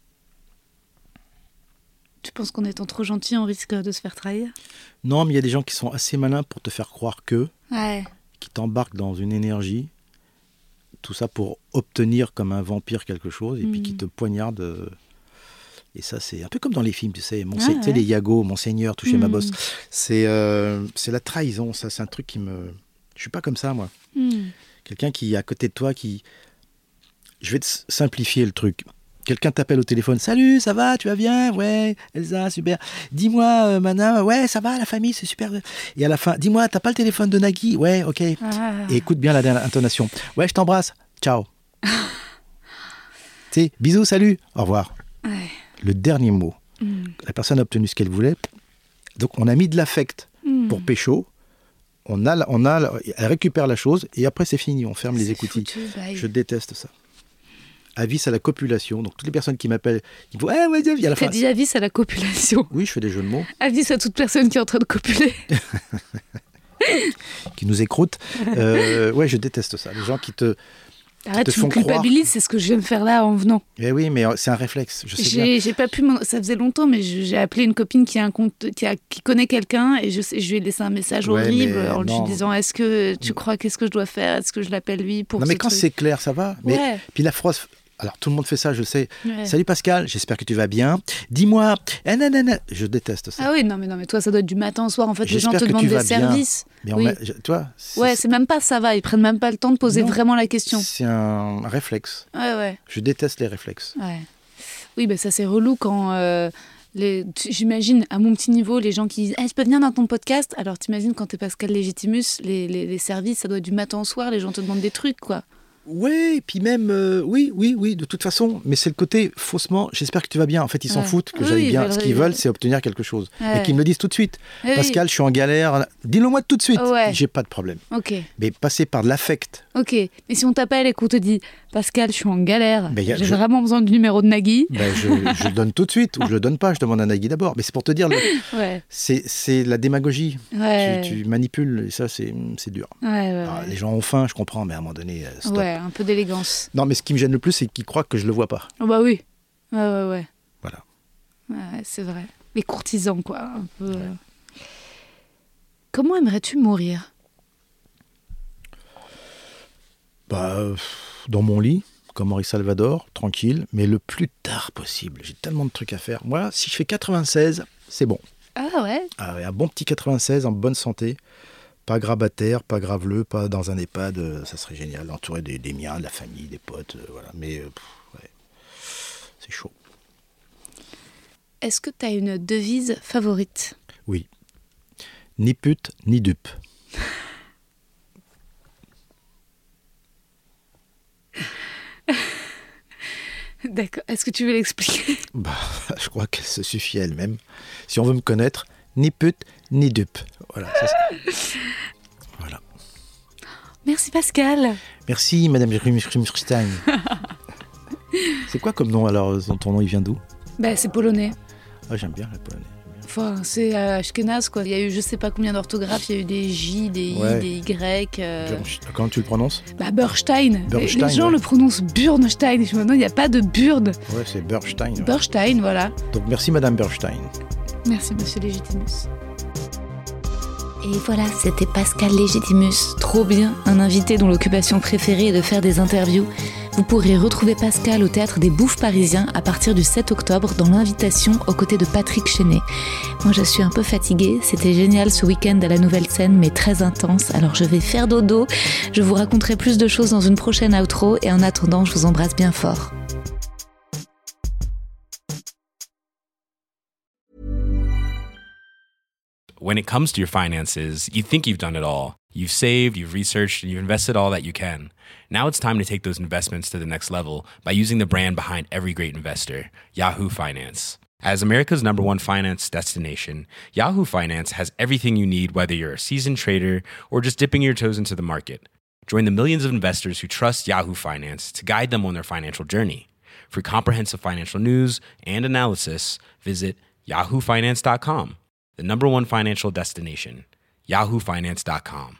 Tu penses qu'en étant trop gentil, on risque de se faire trahir? Non, mais il y a des gens qui sont assez malins pour te faire croire que, ouais. qui t'embarquent dans une énergie, tout ça pour obtenir comme un vampire quelque chose, et mmh. puis qui te poignardent. Et ça, c'est un peu comme dans les films, tu sais, Monse- ah, ouais. tu sais les Yago, Monseigneur, toucher mmh. ma bosse. C'est, euh, c'est la trahison, ça, c'est un truc qui me... Je suis pas comme ça, moi. Mmh. Quelqu'un qui est à côté de toi, qui... Je vais te simplifier le truc. Quelqu'un t'appelle au téléphone. « Salut, ça va, tu vas bien? Ouais, Elsa, super. Dis-moi, euh, Mana, ouais, ça va, la famille, c'est super. » Et à la fin, « Dis-moi, t'as pas le téléphone de Nagui? Ouais, ok. Ah. » Et écoute bien la dernière intonation. « Ouais, je t'embrasse. Ciao. » Tu sais, bisous, salut, au revoir. Ouais. Le dernier mot. Mm. La personne a obtenu ce qu'elle voulait. Donc, on a mis de l'affect mm. pour pécho. On a, on a, elle récupère la chose et après, c'est fini. On ferme c'est les écoutilles. Foutu, bah, je déteste ça. Avis à la copulation. Donc, toutes les personnes qui m'appellent, qui me disent ouais, ouais, à la fin. T'as dit avis à la copulation? Oui, je fais des jeux de mots. Avis à toute personne qui est en train de copuler. Qui nous écroute. Euh, ouais, je déteste ça. Les gens qui te. Arrête, tu me culpabilises, croire... c'est ce que je viens de faire là en venant. Eh oui, mais c'est un réflexe, je sais j'ai, bien. J'ai pas pu, ça faisait longtemps, mais j'ai appelé une copine qui, a un compte, qui, a, qui connaît quelqu'un et je, je lui ai laissé un message ouais, horrible en lui disant, est-ce que tu crois, qu'est-ce que je dois faire? Est-ce que je l'appelle lui pour Non, mais quand truc? c'est clair, ça va. Mais ouais. Puis la phrase... Alors, tout le monde fait ça, je sais. Ouais. Salut Pascal, j'espère que tu vas bien. Dis-moi, eh, nan, nan, nan. Je déteste ça. Ah oui, non mais, non, mais toi, ça doit être du matin au soir. En fait, j'espère les gens te demandent des services. Mais oui. on a, je, toi, c'est, ouais, c'est même pas ça va. Ils prennent même pas le temps de poser non, vraiment la question. C'est un réflexe. Ouais, ouais. Je déteste les réflexes. Ouais. Oui, ben ça, c'est relou quand... Euh, les, j'imagine, à mon petit niveau, les gens qui disent hey, « je peux venir dans ton podcast ?» Alors, t'imagines, quand t'es Pascal Légitimus, les, les, les services, ça doit être du matin au soir. Les gens te demandent des trucs, quoi. Oui, puis même, euh, oui, oui, oui, de toute façon, mais c'est le côté faussement, j'espère que tu vas bien. En fait, ils s'en ouais. foutent que oui, j'aille bien. Veulent, Ce qu'ils veulent, c'est obtenir quelque chose. Ouais. Et qu'ils me le disent tout de suite. Oui. Pascal, je suis en galère. Dis-le moi tout de suite. Ouais. J'ai pas de problème. Ok. Mais passer par de l'affect. Ok. Mais si on t'appelle et qu'on te dit Pascal, je suis en galère. Mais y a- J'ai je- vraiment besoin du numéro de Nagui. Ben, je, je le donne tout de suite, ou je le donne pas, je demande à Nagui d'abord. Mais c'est pour te dire, le- Ouais. c'est, c'est la démagogie. Ouais. Tu, tu manipules, et ça, c'est, c'est dur. Ouais, ouais, Alors, ouais. les gens ont faim, je comprends, mais à un moment donné, euh, stop. Ouais, un peu d'élégance. Non, mais ce qui me gêne le plus, c'est qu'ils croient que je le vois pas. Oh bah oui. Ouais, ouais, ouais. Voilà. Ouais, c'est vrai. Les courtisans, quoi. Un peu. euh. Comment aimerais-tu mourir ? Bah, euh, dans mon lit, comme Henri Salvador, tranquille, mais le plus tard possible. J'ai tellement de trucs à faire. Moi, si je fais quatre-vingt-seize, c'est bon. Ah ouais ? Ah ouais, un bon petit quatre-vingt-seize en bonne santé, pas grabataire, pas graveleux, pas dans un EHPAD, euh, ça serait génial, entouré des, des miens, de la famille, des potes, euh, voilà. Mais euh, pff, ouais, c'est chaud. Est-ce que tu as une devise favorite ? Oui. Ni pute, ni dupe. D'accord. Est-ce que tu veux l'expliquer ? Bah, je crois qu'elle se suffit elle-même. Si on veut me connaître, ni pute, ni dupe. Voilà. Ça, c'est... voilà. Merci Pascal. Merci, Madame Grimstein. C'est quoi comme nom alors? Ton nom, il vient d'où? Bah, c'est polonais. Ah, j'aime bien le polonais. Enfin, c'est euh, Ashkenaz, quoi. Il y a eu je sais pas combien d'orthographes, il y a eu des J, des I, Ouais. des Y. euh, Bursch- Comment tu le prononces? Bah, Bernstein. Bernstein, Les gens ouais. le prononcent Burnstein. Je me demande, il n'y a pas de Burd. Ouais, c'est Bernstein. ouais. Bernstein, voilà. Donc merci, Madame Bernstein. Merci, monsieur Légitimus. Et voilà, c'était Pascal Légitimus. Trop bien, un invité dont l'occupation préférée est de faire des interviews. Vous pourrez retrouver Pascal au Théâtre des Bouffes Parisiens à partir du sept octobre dans l'invitation aux côtés de Patrick Chenet. Moi je suis un peu fatiguée, c'était génial ce week-end à la Nouvelle Scène mais très intense, alors je vais faire dodo. Je vous raconterai plus de choses dans une prochaine outro et en attendant je vous embrasse bien fort. When it comes to your finances, you think you've done it all. You've saved, you've researched, and you've invested all that you can. Now it's time to take those investments to the next level by using the brand behind every great investor, Yahoo Finance. As America's number one finance destination, Yahoo Finance has everything you need, whether you're a seasoned trader or just dipping your toes into the market. Join the millions of investors who trust Yahoo Finance to guide them on their financial journey. For comprehensive financial news and analysis, visit yahoo finance dot com. The number one financial destination, yahoo finance dot com.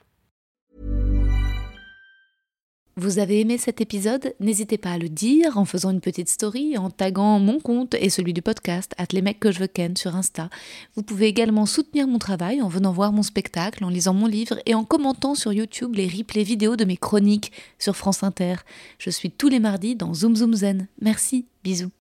Vous avez aimé cet épisode? N'hésitez pas à le dire en faisant une petite story, en taguant mon compte et celui du podcast at les mecs que je veux ken sur Insta. Vous pouvez également soutenir mon travail en venant voir mon spectacle, en lisant mon livre et en commentant sur YouTube les replays vidéo de mes chroniques sur France Inter. Je suis tous les mardis dans Zoom Zoom Zen. Merci, bisous.